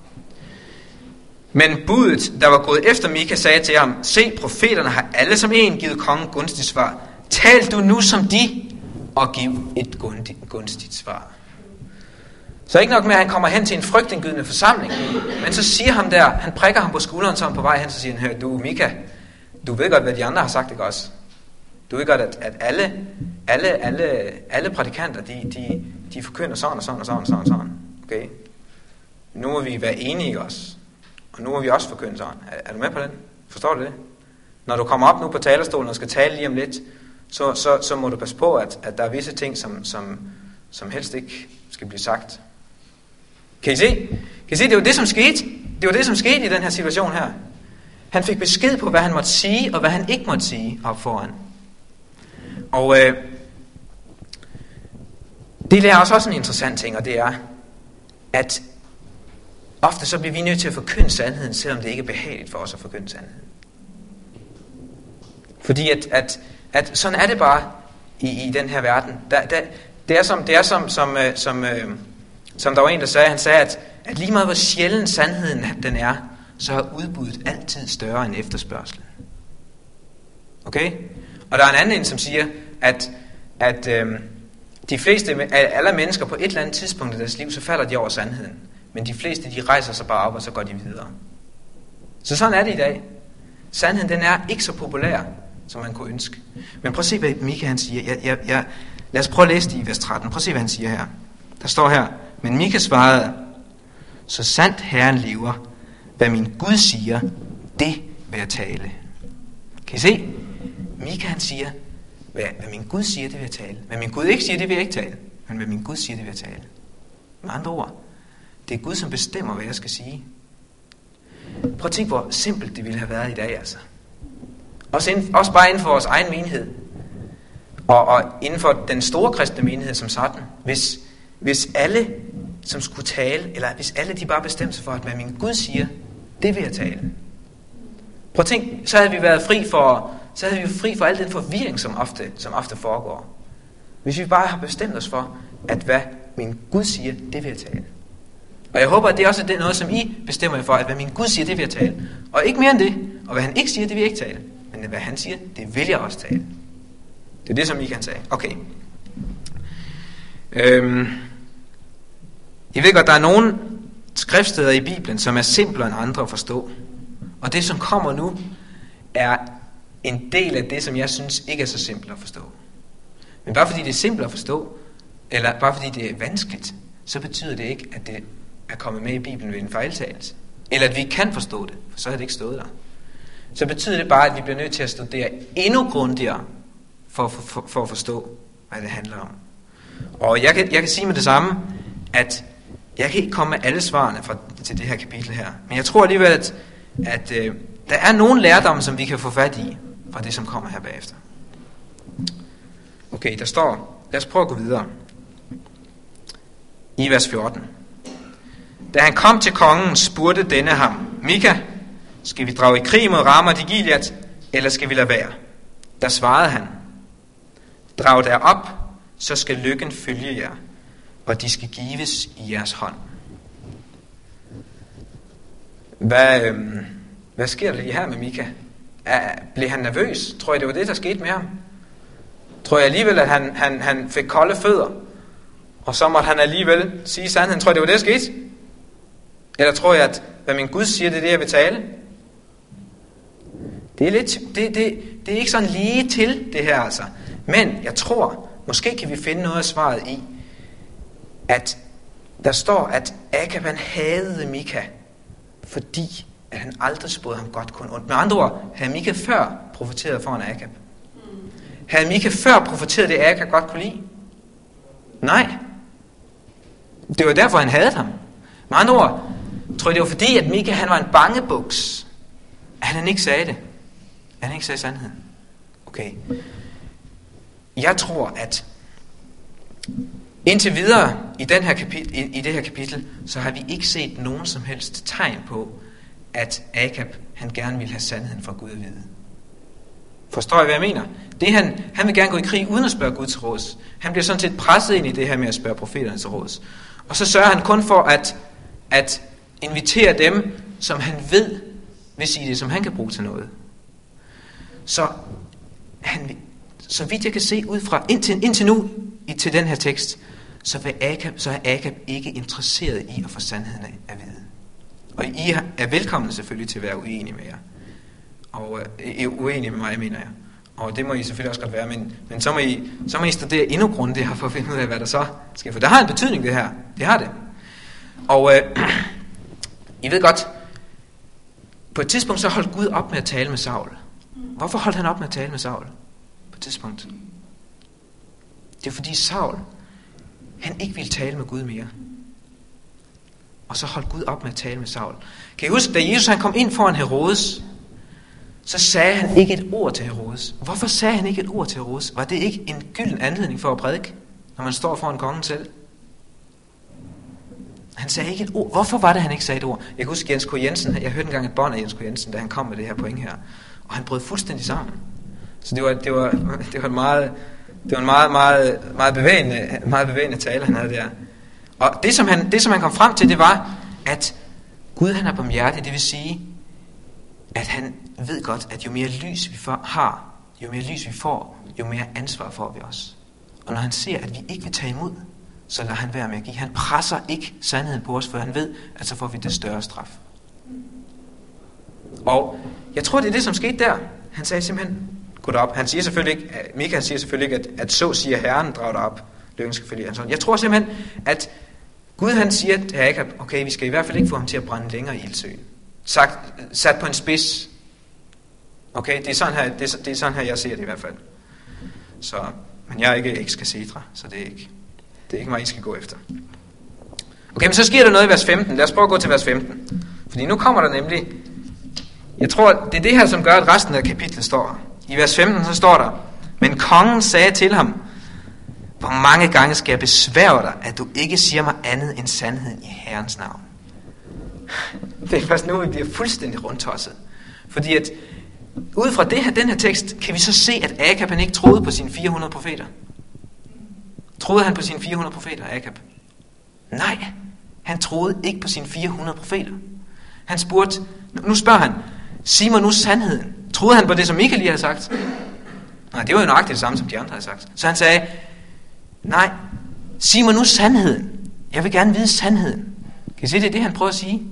Men budet, der var gået efter Mika, sagde til ham, se, profeterne har alle som en givet kongen gunstigt svar. Tal du nu som de, og giv et gunstigt svar. Så ikke nok med, at han kommer hen til en frygtindgydende forsamling, men så siger ham der, han prikker ham på skulderen, så han på vej hen, så siger han, hør, du Mika, du ved godt, hvad de andre har sagt, ikke også? Du ved godt, at, at alle, alle, alle, alle prædikanter, de, de, de forkynder sådan og sådan og sådan og sådan og sådan. Okay? Nu må vi være enige også. Og nu må vi også forkynde sådan. Er, er du med på den? Forstår du det? Når du kommer op nu på talerstolen og skal tale lige om lidt, så, så, så må du passe på, at, at der er visse ting, som, som, som helst ikke skal blive sagt. Kan I se? Kan I se? Det var det, som skete. Det var det, som skete i den her situation her. Han fik besked på, hvad han måtte sige, og hvad han ikke måtte sige op foran. Og øh, det lærer os også en interessant ting, og det er, at ofte så bliver vi nødt til at forkynde sandheden, selvom det ikke er behageligt for os at forkynde sandheden. Fordi at, at, at sådan er det bare i, i den her verden. Der, der, det er som, det er som, som, som, som der var en, der sagde, han sagde, at, at lige meget hvor sjælden sandheden den er, så er udbuddet altid større end efterspørgselen. Okay? Og der er en anden en, som siger, at, at øhm, de fleste af alle mennesker på et eller andet tidspunkt i deres liv, så falder de over sandheden. Men de fleste, de rejser sig bare op, og så går de videre. Så sådan er det i dag. Sandheden, den er ikke så populær, som man kunne ønske. Men prøv at se, hvad Mika han siger. Jeg, jeg, jeg, lad os prøve at læse det i vers tretten. Prøv at se, hvad han siger her. Der står her, men Mika svarede, så sandt Herren lever, hvad min Gud siger, det vil jeg tale. Kan I se? Mika han siger, hvad, hvad min Gud siger, det vil jeg tale. Hvad min Gud ikke siger, det vil jeg ikke tale. Men hvad min Gud siger, det vil jeg tale. Med andre ord, det er Gud, som bestemmer, hvad jeg skal sige. Prøv at tænke, hvor simpelt det ville have været i dag, altså. Også, inden, også bare inden for vores egen menighed. Og, og inden for den store kristne menighed som sådan. Hvis, hvis alle, som skulle tale, eller hvis alle de bare bestemte sig for, at hvad min Gud siger, det vil jeg tale. Prøv at tænke, så havde vi været fri for, så havde vi været fri for al den forvirring, som ofte, som ofte foregår. Hvis vi bare har bestemt os for, at hvad min Gud siger, det vil jeg tale. Og jeg håber, at det også er noget, som I bestemmer jer for, at hvad min Gud siger, det vil jeg tale. Og ikke mere end det. Og hvad han ikke siger, det vil jeg ikke tale. Men hvad han siger, det vil jeg også tale. Det er det, som I kan sige. Okay. Øhm. Jeg ved godt, der er nogen skriftsteder i Bibelen, som er simplere end andre at forstå. Og det, som kommer nu, er en del af det, som jeg synes ikke er så simpelt at forstå. Men bare fordi det er simpelt at forstå, eller bare fordi det er vanskeligt, så betyder det ikke, at det er kommet med i Bibelen ved en fejltagelse. Eller at vi kan forstå det, for så har det ikke stået der. Så betyder det bare, at vi bliver nødt til at studere endnu grundigere, for, for, for, for at forstå, hvad det handler om. Og jeg kan, jeg kan sige med det samme, at jeg kan ikke komme med alle svarene fra, til det her kapitel her. Men jeg tror alligevel, at, at øh, der er nogle lærdomme, som vi kan få fat i, fra det, som kommer her bagefter. Okay, der står, lad os prøve at gå videre. I vers fjorten. Da han kom til kongen, spurgte denne ham, Mika, skal vi drage i krig mod Ramoth i Gilead, eller skal vi lade være? Der svarede han, drag derop, så skal lykken følge jer, og de skal gives i jeres hånd. Hvad, øhm, hvad sker der lige her med Mika? Er, blev han nervøs? Tror jeg, det var det, der skete med ham? Tror jeg alligevel, at han, han, han fik kolde fødder, og så måtte han alligevel sige sandheden? Tror jeg, det var det, der skete? Eller tror jeg, at hvad min Gud siger, det er det, jeg vil tale? Det er, lidt, det, det, det er ikke sådan lige til, det her altså. Men jeg tror, måske kan vi finde noget af svaret i, at der står, at Akab han hadede Mika, fordi at han aldrig spurgte ham godt kun ondt. Med andre ord, havde Mika før profeteret foran Akab? Havde Mika før profeteret det, Akab godt kunne lide? Nej. Det var derfor, han hadede ham. Med andre ord, tror jeg, det var fordi, at Mika han var en bangebuks, at han ikke sagde det. At han ikke sagde sandheden. Okay. Jeg tror, at indtil videre i, den her kapitel, i, i det her kapitel, så har vi ikke set nogen som helst tegn på, at Akab han gerne vil have sandheden fra Gud at vide. Forstår I, hvad jeg mener? Det han, han vil gerne gå i krig uden at spørge Gud til råds. Han bliver sådan set presset ind i det her med at spørge profeterne til råds. Og så sørger han kun for at, at invitere dem, som han ved vil sige det, som han kan bruge til noget. Så, han, så vidt jeg kan se ud fra indtil, indtil nu i, til den her tekst, så, vil Akab, så er Akab ikke interesseret i at få sandheden at vide. Og I er velkomne selvfølgelig til at være uenige med jer. Og øh, uenige med mig, mener jeg. Og det må I selvfølgelig også godt være, men, men så, må I, så må I studere endnu grundigere for at finde ud af, hvad der så sker. For der har en betydning, det her. Det har det. Og øh, I ved godt, på et tidspunkt så holdt Gud op med at tale med Saul. Hvorfor holdt han op med at tale med Saul på et tidspunkt? Det er fordi Saul, han ikke ville tale med Gud mere. Og så holdt Gud op med at tale med Saul. Kan I huske, da Jesus han kom ind foran Herodes, så sagde han ikke et ord til Herodes. Hvorfor sagde han ikke et ord til Herodes? Var det ikke en gylden anledning for at prædike, når man står foran kongen selv? Han sagde ikke et ord. Hvorfor var det, han ikke sagde et ord? Jeg kan huske Jens K. Jensen. Jeg hørte engang et bånd af Jens K. Jensen, da han kom med det her point her. Og han brød fuldstændig sammen. Så det var, det var, det var en meget, det var en meget, meget, meget, bevægende, meget bevægende tale, han havde der. Og det som, han, det, som han kom frem til, det var, at Gud han er barmhjertig. Det vil sige, at han ved godt, at jo mere lys vi får, har, jo mere lys vi får, jo mere ansvar får vi også. Og når han ser, at vi ikke vil tage imod, så lader han være med at give. Han presser ikke sandheden på os, for han ved, at så får vi det større straf. Og jeg tror, det er det, som skete der. Han sagde simpelthen, gå derop. Han siger selvfølgelig ikke, Mika siger selvfølgelig ikke, at, at så siger Herren, drag derop. Lykken skal følge. Jeg tror simpelthen, at Gud han siger til Akab, okay, vi skal i hvert fald ikke få ham til at brænde længere i ildsøen. Sagt, sat på en spids. Okay, det er sådan her, det er, det er sådan her, jeg ser det i hvert fald. Så, men jeg er ikke ekskacedra, så det er ikke, det er ikke mig, I skal gå efter. Okay, men så sker der noget i vers femten. Lad os prøve at gå til vers femten. Fordi nu kommer der nemlig, jeg tror, det er det her, som gør, at resten af kapitlet står her. I vers femten, så står der, men kongen sagde til ham, hvor mange gange skal jeg besværge dig, at du ikke siger mig andet end sandheden i Herrens navn. Det er først nu, vi bliver fuldstændig rundtosset. Fordi at ud fra det her, den her tekst, kan vi så se, at Akab han ikke troede på sine fire hundrede profeter. Troede han på sine fire hundrede profeter, Akab? Nej, han troede ikke på sine fire hundrede profeter. Han spurgte, nu spørger han, sig mig nu sandheden. Troede han på det, som Mika lige havde sagt? Nej, det var jo nøjagtigt det samme, som de andre havde sagt. Så han sagde, nej, sig mig nu sandheden. Jeg vil gerne vide sandheden. Kan I se, det er det, han prøver at sige?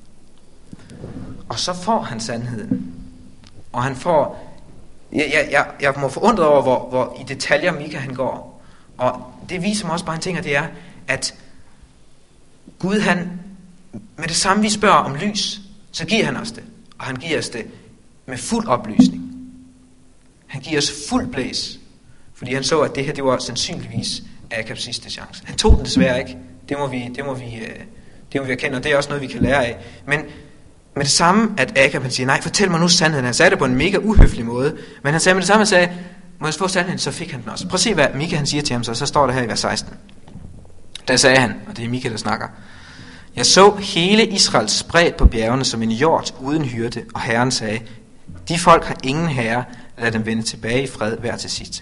Og så får han sandheden. Og han får... Jeg, jeg, jeg, jeg må forundre over, hvor, hvor i detaljer Mika han går. Og det viser mig også bare en ting, og det er, at Gud han, med det samme vi spørger om lys, så giver han os det. Og han giver os det med fuld oplysning. Han giver os fuld blæs. Fordi han så, at det her, det var sandsynligvis Akabs sidste chance. Han tog den desværre ikke. Det må vi, det må vi, det må vi erkende, og det er også noget, vi kan lære af. Men med det samme, at Akab han siger, nej, fortæl mig nu sandheden. Han sagde det på en mega uhøflig måde, men han sagde med det samme, han sagde, må jeg få sandheden, så fik han den også. Prøv at se, hvad Mika han siger til ham, så, så står det her i vers seksten. Der sagde han, og det er Mika, der snakker, jeg så hele Israel spredt på bjergene som en hjort uden hyrde, og Herren sagde, de folk har ingen herre, lad dem vende tilbage i fred hver til sidst.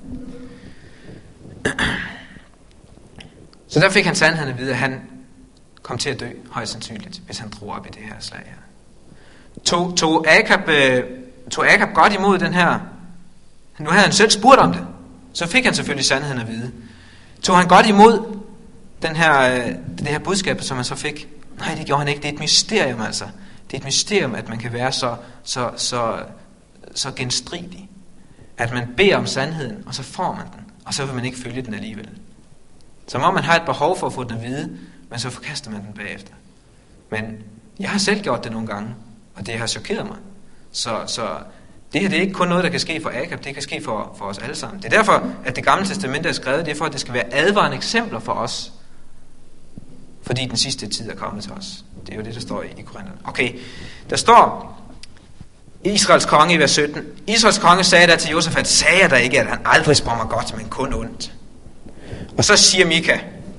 Så der fik han sandheden at vide, at han kom til at dø, højst sandsynligt, hvis han drog op i det her slag her. Tog, tog, Akab, øh, tog Akab godt imod den her, nu havde han selv spurgt om det, så fik han selvfølgelig sandheden at vide. Tog han godt imod den her, øh, det her budskab, som han så fik? Nej, det gjorde han ikke. Det er et mysterium altså. Det er et mysterium, at man kan være så, så, så, så genstridig. At man beder om sandheden, og så får man den, og så vil man ikke følge den alligevel. Som om man har et behov for at få den at vide, men så forkaster man den bagefter. Men jeg har selv gjort det nogle gange, og det har chokeret mig. Så, så det her det er ikke kun noget, der kan ske for Akab, det kan ske for, for os alle sammen. Det er derfor, at det gamle testamente er skrevet, det er for, at det skal være advarende eksempler for os. Fordi den sidste tid er kommet til os. Det er jo det, der står i, i Korintherne. Okay, der står Israels konge i vers sytten. Israels konge sagde der til Josafat, sagde jeg da ikke, at han aldrig sprang mig godt, men kun ondt. Og så siger Mika,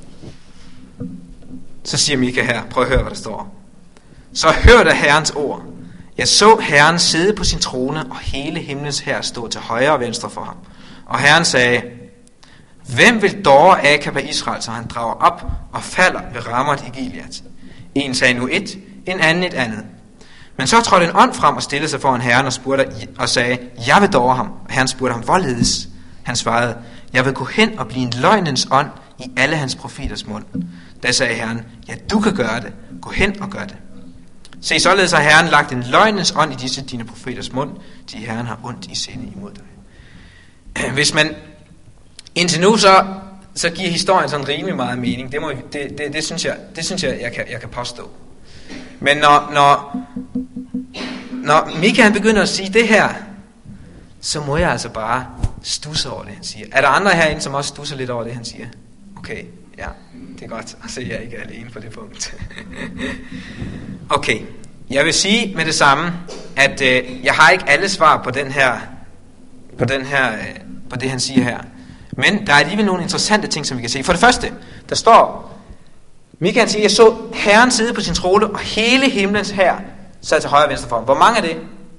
så siger Mika her, prøv at høre, hvad der står. Så hør da Herrens ord. Jeg så Herren sidde på sin trone, og hele himlens hær stod til højre og venstre for ham. Og Herren sagde, hvem vil dåre Akab af Israel, så han drager op og falder ved Ramot i Gilead? En sagde nu et, en anden et andet. Men så trådte en ånd frem og stillede sig foran Herren og, spurgte, og sagde, jeg vil dåre ham. Og Herren spurgte ham, hvorledes? Han svarede, jeg vil gå hen og blive en løgnens ånd i alle hans profeters mund. Da sagde Herren, ja, du kan gøre det. Gå hen og gør det. Se, således har Herren lagt en løgnens ånd i disse dine profeters mund, til Herren har ondt i sinde imod dig. Hvis man indtil nu så, så giver historien sådan rimelig meget mening, det, må, det, det, det synes jeg, det synes jeg, jeg kan, jeg kan påstå. Men når, når, når Mika han begynder at sige det her, så må jeg altså bare studse over det, han siger. Er der andre herinde, som også stusser lidt over det, han siger? Okay, ja, det er godt at se, at jeg ikke er alene på det punkt. Okay, jeg vil sige med det samme, at øh, jeg har ikke alle svar på den her, på den her, øh, på det han siger her. Men der er alligevel nogle interessante ting, som vi kan se. For det første, der står, Mika siger, jeg så Herren sidde på sin trone, og hele himlens hær sad til højre og venstre for ham. Hvor mange er det?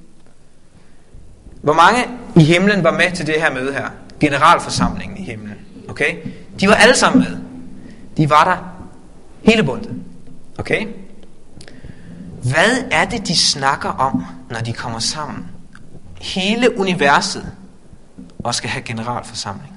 Hvor mange i himlen var med til det her møde her? Generalforsamlingen i himlen. Okay? De var alle sammen med. De var der hele bundet. Okay? Hvad er det, de snakker om, når de kommer sammen? Hele universet og skal have generalforsamling.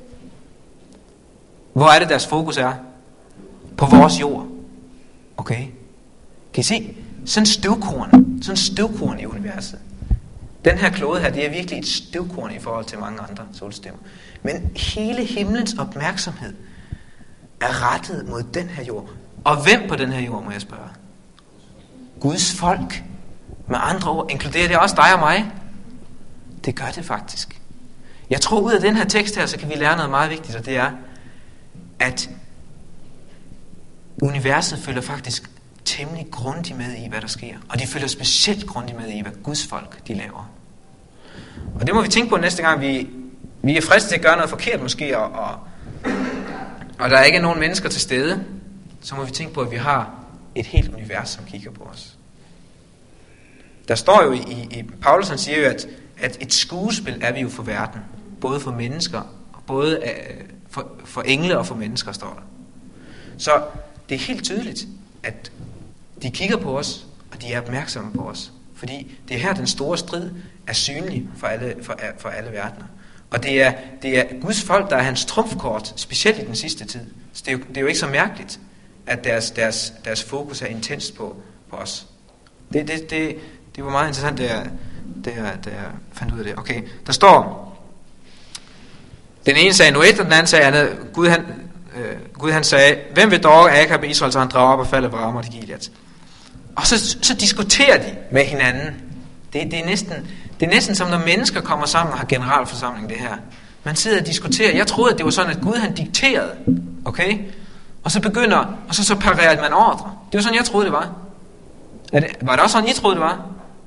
Hvor er det, deres fokus er? På vores jord. Okay? Kan I se? Sådan en støvkorn. Sådan en støvkorn i universet. Den her klode her, det er virkelig et støvkorn i forhold til mange andre solstemmer. Men hele himlens opmærksomhed er rettet mod den her jord. Og hvem på den her jord, må jeg spørge? Guds folk. Med andre ord, inkluderer det også dig og mig? Det gør det faktisk. Jeg tror, ud af den her tekst her, så kan vi lære noget meget vigtigt, og det er, at universet følger faktisk temmelig grundigt med i, hvad der sker. Og de følger specielt grundigt med i, hvad Guds folk, de laver. Og det må vi tænke på næste gang, vi, vi er fristet til at gøre noget forkert måske, og, og, og der er ikke nogen mennesker til stede, så må vi tænke på, at vi har et helt univers, som kigger på os. Der står jo i, i, i Paulus, han siger jo, at, at et skuespil er vi jo for verden. Både for mennesker, både uh, for, for engle og for mennesker, står der. Så det er helt tydeligt, at de kigger på os, og de er opmærksomme på os. Fordi det er her, den store strid er synlig for alle, for, for alle verdener. Og det er, det er Guds folk, der er hans trumfkort, specielt i den sidste tid. Så det er, jo, det er jo ikke så mærkeligt, at deres, deres, deres fokus er intenst på, på os. Det, det, det, det var meget interessant, da jeg, da, jeg, da jeg fandt ud af det. Okay, der står, den ene sagde nu et, og den anden sagde andet. Gud han, øh, Gud han sagde, hvem vil dog Akab i Israel, så han drager op og falder på Ramot Gilead? Og så, så diskuterer de med hinanden. Det, det, er næsten, det er næsten som når mennesker kommer sammen og har generalforsamling, det her. Man sidder og diskuterer. Jeg troede, at det var sådan, at Gud han dikterede. Okay? Og så begynder, og så, så parerede man ordre. Det var sådan, jeg troede, det var. Er det, var det også sådan, I troede, det var?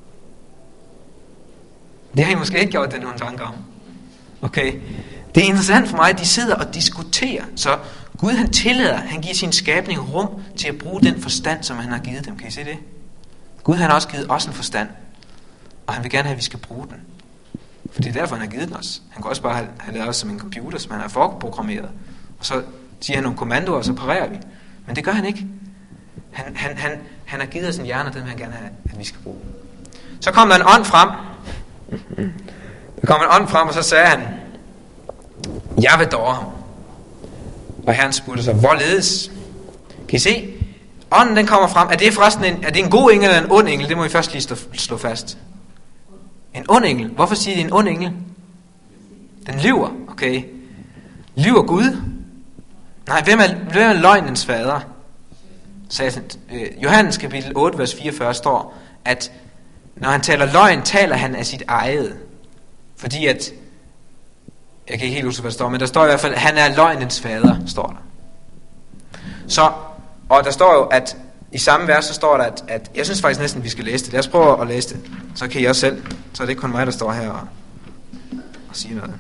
Det har I måske ikke gjort det nogen tanker om. Okay? Det er interessant for mig, at de sidder og diskuterer. Så Gud han tillader, han giver sin skabning rum til at bruge den forstand, som han har givet dem. Kan I se det? Gud han har også givet os en forstand. Og han vil gerne have, at vi skal bruge den. For det er derfor, han har givet den os. Han kan også bare have, have lavet os som en computer, som han har forprogrammeret. Og så siger han nogle kommandoer, og så parerer vi. Men det gør han ikke. Han, han, han, han har givet os en hjerne, og den vil han gerne have, at vi skal bruge. Så kom der en ånd frem. Der kom en ånd frem, og så sagde han, jeg vil dåre ham. Og Herren spurgte så, hvorledes? Kan I se? Ånden den kommer frem. Er det forresten en, er det en god engel eller en ond engel? Det må vi først lige stå, slå fast. En ond engel. Hvorfor siger det en ond engel? Den lyver. Okay. Lyver Gud? Nej, hvem er, hvem er løgnens fader? Så, øh, Johannes kapitel otte, vers fireogfyrre står, at når han taler løgn, taler han af sit eget. Fordi at, jeg kan ikke helt huske, hvad der står, men der står i hvert fald, at han er løgnens fader, står der. Så, og der står jo, at i samme vers, så står der, at, at jeg synes faktisk næsten, vi skal læse det. Lad os prøve at læse det. Så kan I også selv. Så er det ikke kun mig, der står her og, og siger noget.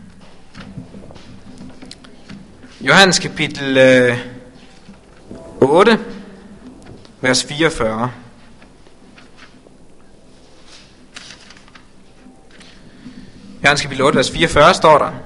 Johannes kapitel øh, otte, vers fireogfyrre. Johannes kapitel otte, vers fireogfyrre står der.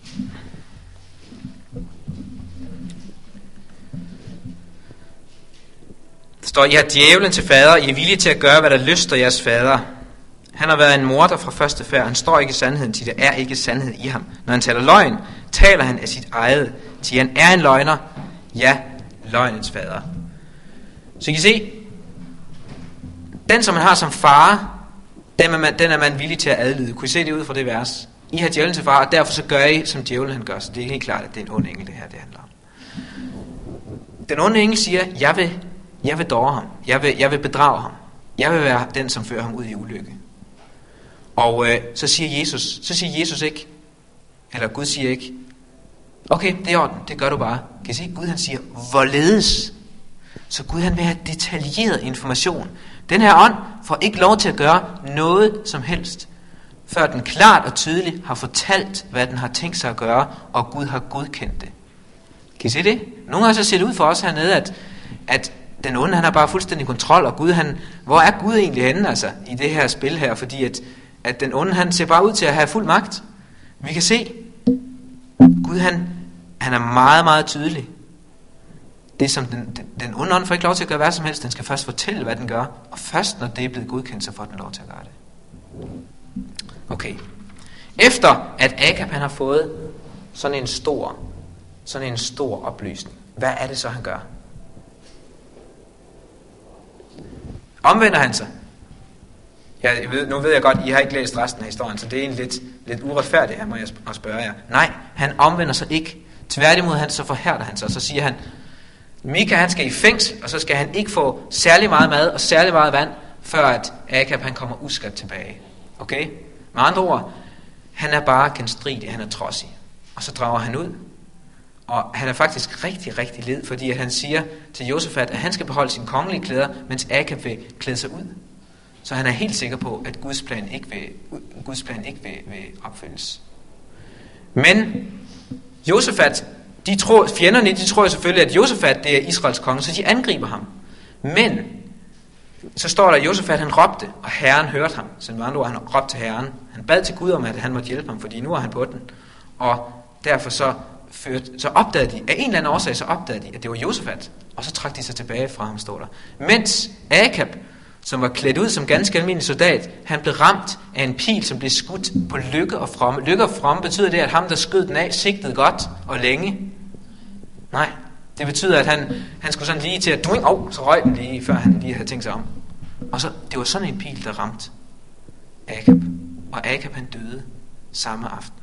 Der står, I har djævlen til fader, I er villige til at gøre, hvad der lyster jeres fader. Han har været en morder fra første færd, han står ikke i sandheden, til der er ikke sandhed i ham. Når han taler løgn, taler han af sit eget, til han er en løgner, ja, løgnens fader. Så I kan se, den som man har som far, den er man, den er man villig til at adlyde. Kunne I se det ud fra det vers? I har djævlen til far, og derfor så gør I, som djævlen han gør. Så det er helt klart, at det er en ond engel, det her det handler om. Den onde engel siger, jeg vil, jeg vil dåre ham. Jeg vil, jeg vil bedrage ham. Jeg vil være den, som fører ham ud i ulykke. Og øh, så siger Jesus, så siger Jesus ikke, eller Gud siger ikke, okay, det er orden, det gør du bare. Kan I se, Gud han siger, hvorledes? Så Gud han vil have detaljeret information. Den her ånd får ikke lov til at gøre noget som helst, før den klart og tydeligt har fortalt, hvad den har tænkt sig at gøre, og Gud har godkendt det. Kan I se det? Nogle gange så ser det ud for os hernede, at, at den onde han har bare fuldstændig kontrol, og Gud han, hvor er Gud egentlig henne altså, i det her spil her? Fordi at, at den onde han ser bare ud til at have fuld magt. Vi kan se, Gud han, han er meget, meget tydelig. Det som den, den, den onde ånd får ikke lov til at gøre hvad som helst. Den skal først fortælle, hvad den gør. Og først når det er blevet godkendt, så får den lov til at gøre det. Okay. Efter at Akab han har fået sådan en stor, sådan en stor oplysning. Hvad er det så han gør? Omvender han sig? Ja, jeg ved, nu ved jeg godt, I har ikke læst resten af historien, så det er egentlig lidt, lidt uretfærdigt her, må jeg spørge jer. Nej, han omvender sig ikke. Tværtimod han, så forhærder han sig, og så siger han, Mika han skal i fængsel, og så skal han ikke få særlig meget mad og særlig meget vand, før at Akab han kommer uskadt tilbage. Okay? Med andre ord, han er bare genstridig, han er trodsig. Og så drager han ud, og han er faktisk rigtig, rigtig led, fordi at han siger til Josafat, at han skal beholde sine kongelige klæder, mens Akab vil klæde sig ud. Så han er helt sikker på, at Guds plan ikke vil, Guds plan ikke vil, vil opfyldes. Men Josafat, de tror, fjenderne, de tror selvfølgelig, at Josafat det er Israels konge, så de angriber ham. Men så står der, at Josafat han råbte, og Herren hørte ham. Så med andre ord, han råbte til Herren. Han bad til Gud om, at han måtte hjælpe ham, fordi nu er han på den. Og derfor så, ført, så opdagede de, af en eller anden årsag, så opdagede de, at det var Josafat. Og så trak de sig tilbage fra ham, står der. Mens Akab, som var klædt ud som ganske almindelig soldat, han blev ramt af en pil, som blev skudt på lykke og fromme. Lykke og fromme betyder det, at ham, der skød den af, sigtede godt og længe. Nej, Det betyder, at han, han skulle sådan lige til at duing, oh, så røg den lige, før han lige havde tænkt sig om. Og så, det var sådan en pil, der ramte Akab. Og Akab, han døde samme aften.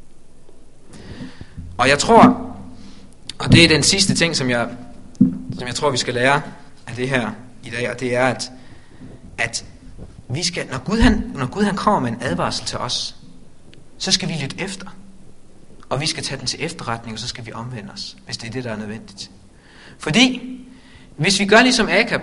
Og jeg tror, og det er den sidste ting, som jeg, som jeg tror, vi skal lære af det her i dag, og det er, at, at vi skal, når Gud, han, når Gud han kommer med en advarsel til os, så skal vi lytte efter. Og vi skal tage den til efterretning, og så skal vi omvende os, hvis det er det, der er nødvendigt. Fordi, hvis vi gør ligesom Akab,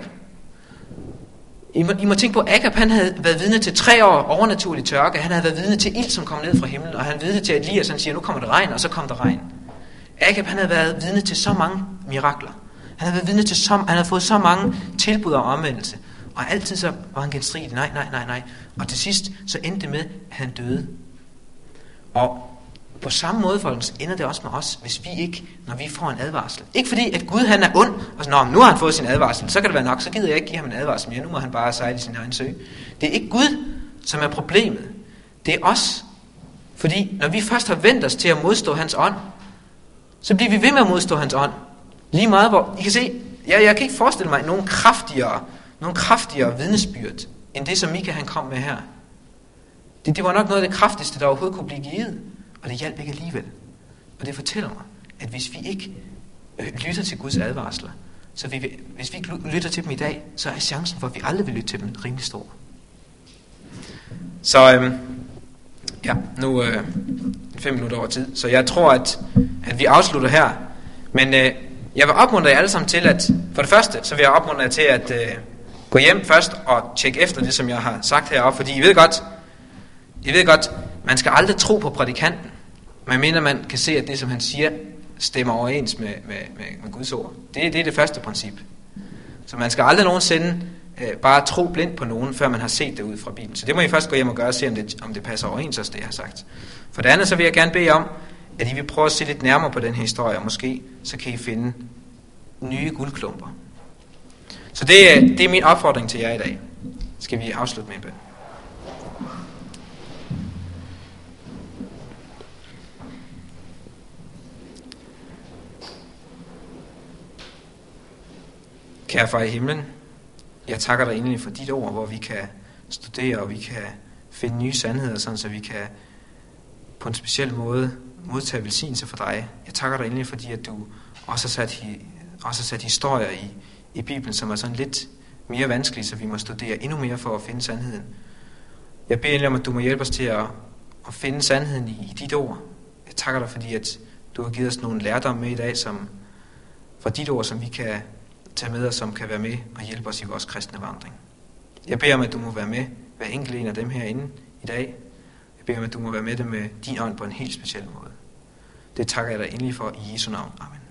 I må, I må tænke på, at Akab han havde været vidne til tre år overnaturlig tørke, han havde været vidne til ild, som kom ned fra himlen, og han havde vidne til, at Elias han siger, nu kommer der regn, og så kom der regn. Akab han havde været vidne til så mange mirakler. Han havde været vidne til så, han havde fået så mange tilbud om omvendelse, og altid så var han genstridig, nej, nej, nej, nej. Og til sidst, så endte det med, at han døde. Og på samme måde, folkens, ender det også med os, hvis vi ikke, når vi får en advarsel. Ikke fordi, at Gud han er ond, og så, nå, nu har han fået sin advarsel, så kan det være nok, så gider jeg ikke give ham en advarsel mere, nu må han bare sejle i sin egen sø. Det er ikke Gud, som er problemet. Det er os. Fordi, når vi først har vendt os til at modstå hans ånd, så bliver vi ved med at modstå hans ånd. Lige meget, hvor, I kan se, jeg, jeg kan ikke forestille mig nogen kraftigere, nogen kraftigere vidnesbyrd, end det, som Mika han kom med her. Det, det var nok noget af det kraftigste, der overhovedet kunne blive givet. Og det hjalp ikke alligevel. Og det fortæller mig, at hvis vi ikke øh, lytter til Guds advarsler, så vi, hvis vi ikke lytter til dem i dag, så er chancen for, at vi aldrig vil lytte til dem rimelig stor. Så øh, ja, nu øh, fem minutter over tid. Så jeg tror, at, at vi afslutter her. Men øh, jeg vil opmuntre jer alle sammen til, at for det første, så vil jeg opmuntre jer til at øh, gå hjem først og tjekke efter det, som jeg har sagt heroppe. Fordi I ved godt, I ved godt, man skal aldrig tro på prædikanten, medmindre man kan se, at det, som han siger, stemmer overens med, med, med, med Guds ord. Det, det er det første princip. Så man skal aldrig nogensinde øh, bare tro blindt på nogen, før man har set det ud fra Bibelen. Så det må I først gå hjem og gøre og se, om det, om det passer overens også, det jeg har sagt. For det andet, så vil jeg gerne bede om, at I vil prøve at se lidt nærmere på den her historie, og måske så kan I finde nye guldklumper. Så det, det er min opfordring til jer i dag. Skal vi afslutte med en bøn? Kære far i himlen, jeg takker dig endelig for dit ord, hvor vi kan studere, og vi kan finde nye sandheder, sådan så vi kan på en speciel måde modtage velsignelse for dig. Jeg takker dig endelig, fordi at du også har sat, også har sat historier i, i Bibelen, som er sådan lidt mere vanskelige, så vi må studere endnu mere for at finde sandheden. Jeg beder endelig om, at du må hjælpe os til at, at finde sandheden i, i dit ord. Jeg takker dig, fordi at du har givet os nogle lærdom med i dag, som fra dit ord, som vi kan tage med os, som kan være med og hjælpe os i vores kristne vandring. Jeg beder om, at du må være med hver enkelt en af dem herinde i dag. Jeg beder om, at du må være med dem med din ånd på en helt speciel måde. Det takker jeg dig endelig for i Jesu navn. Amen.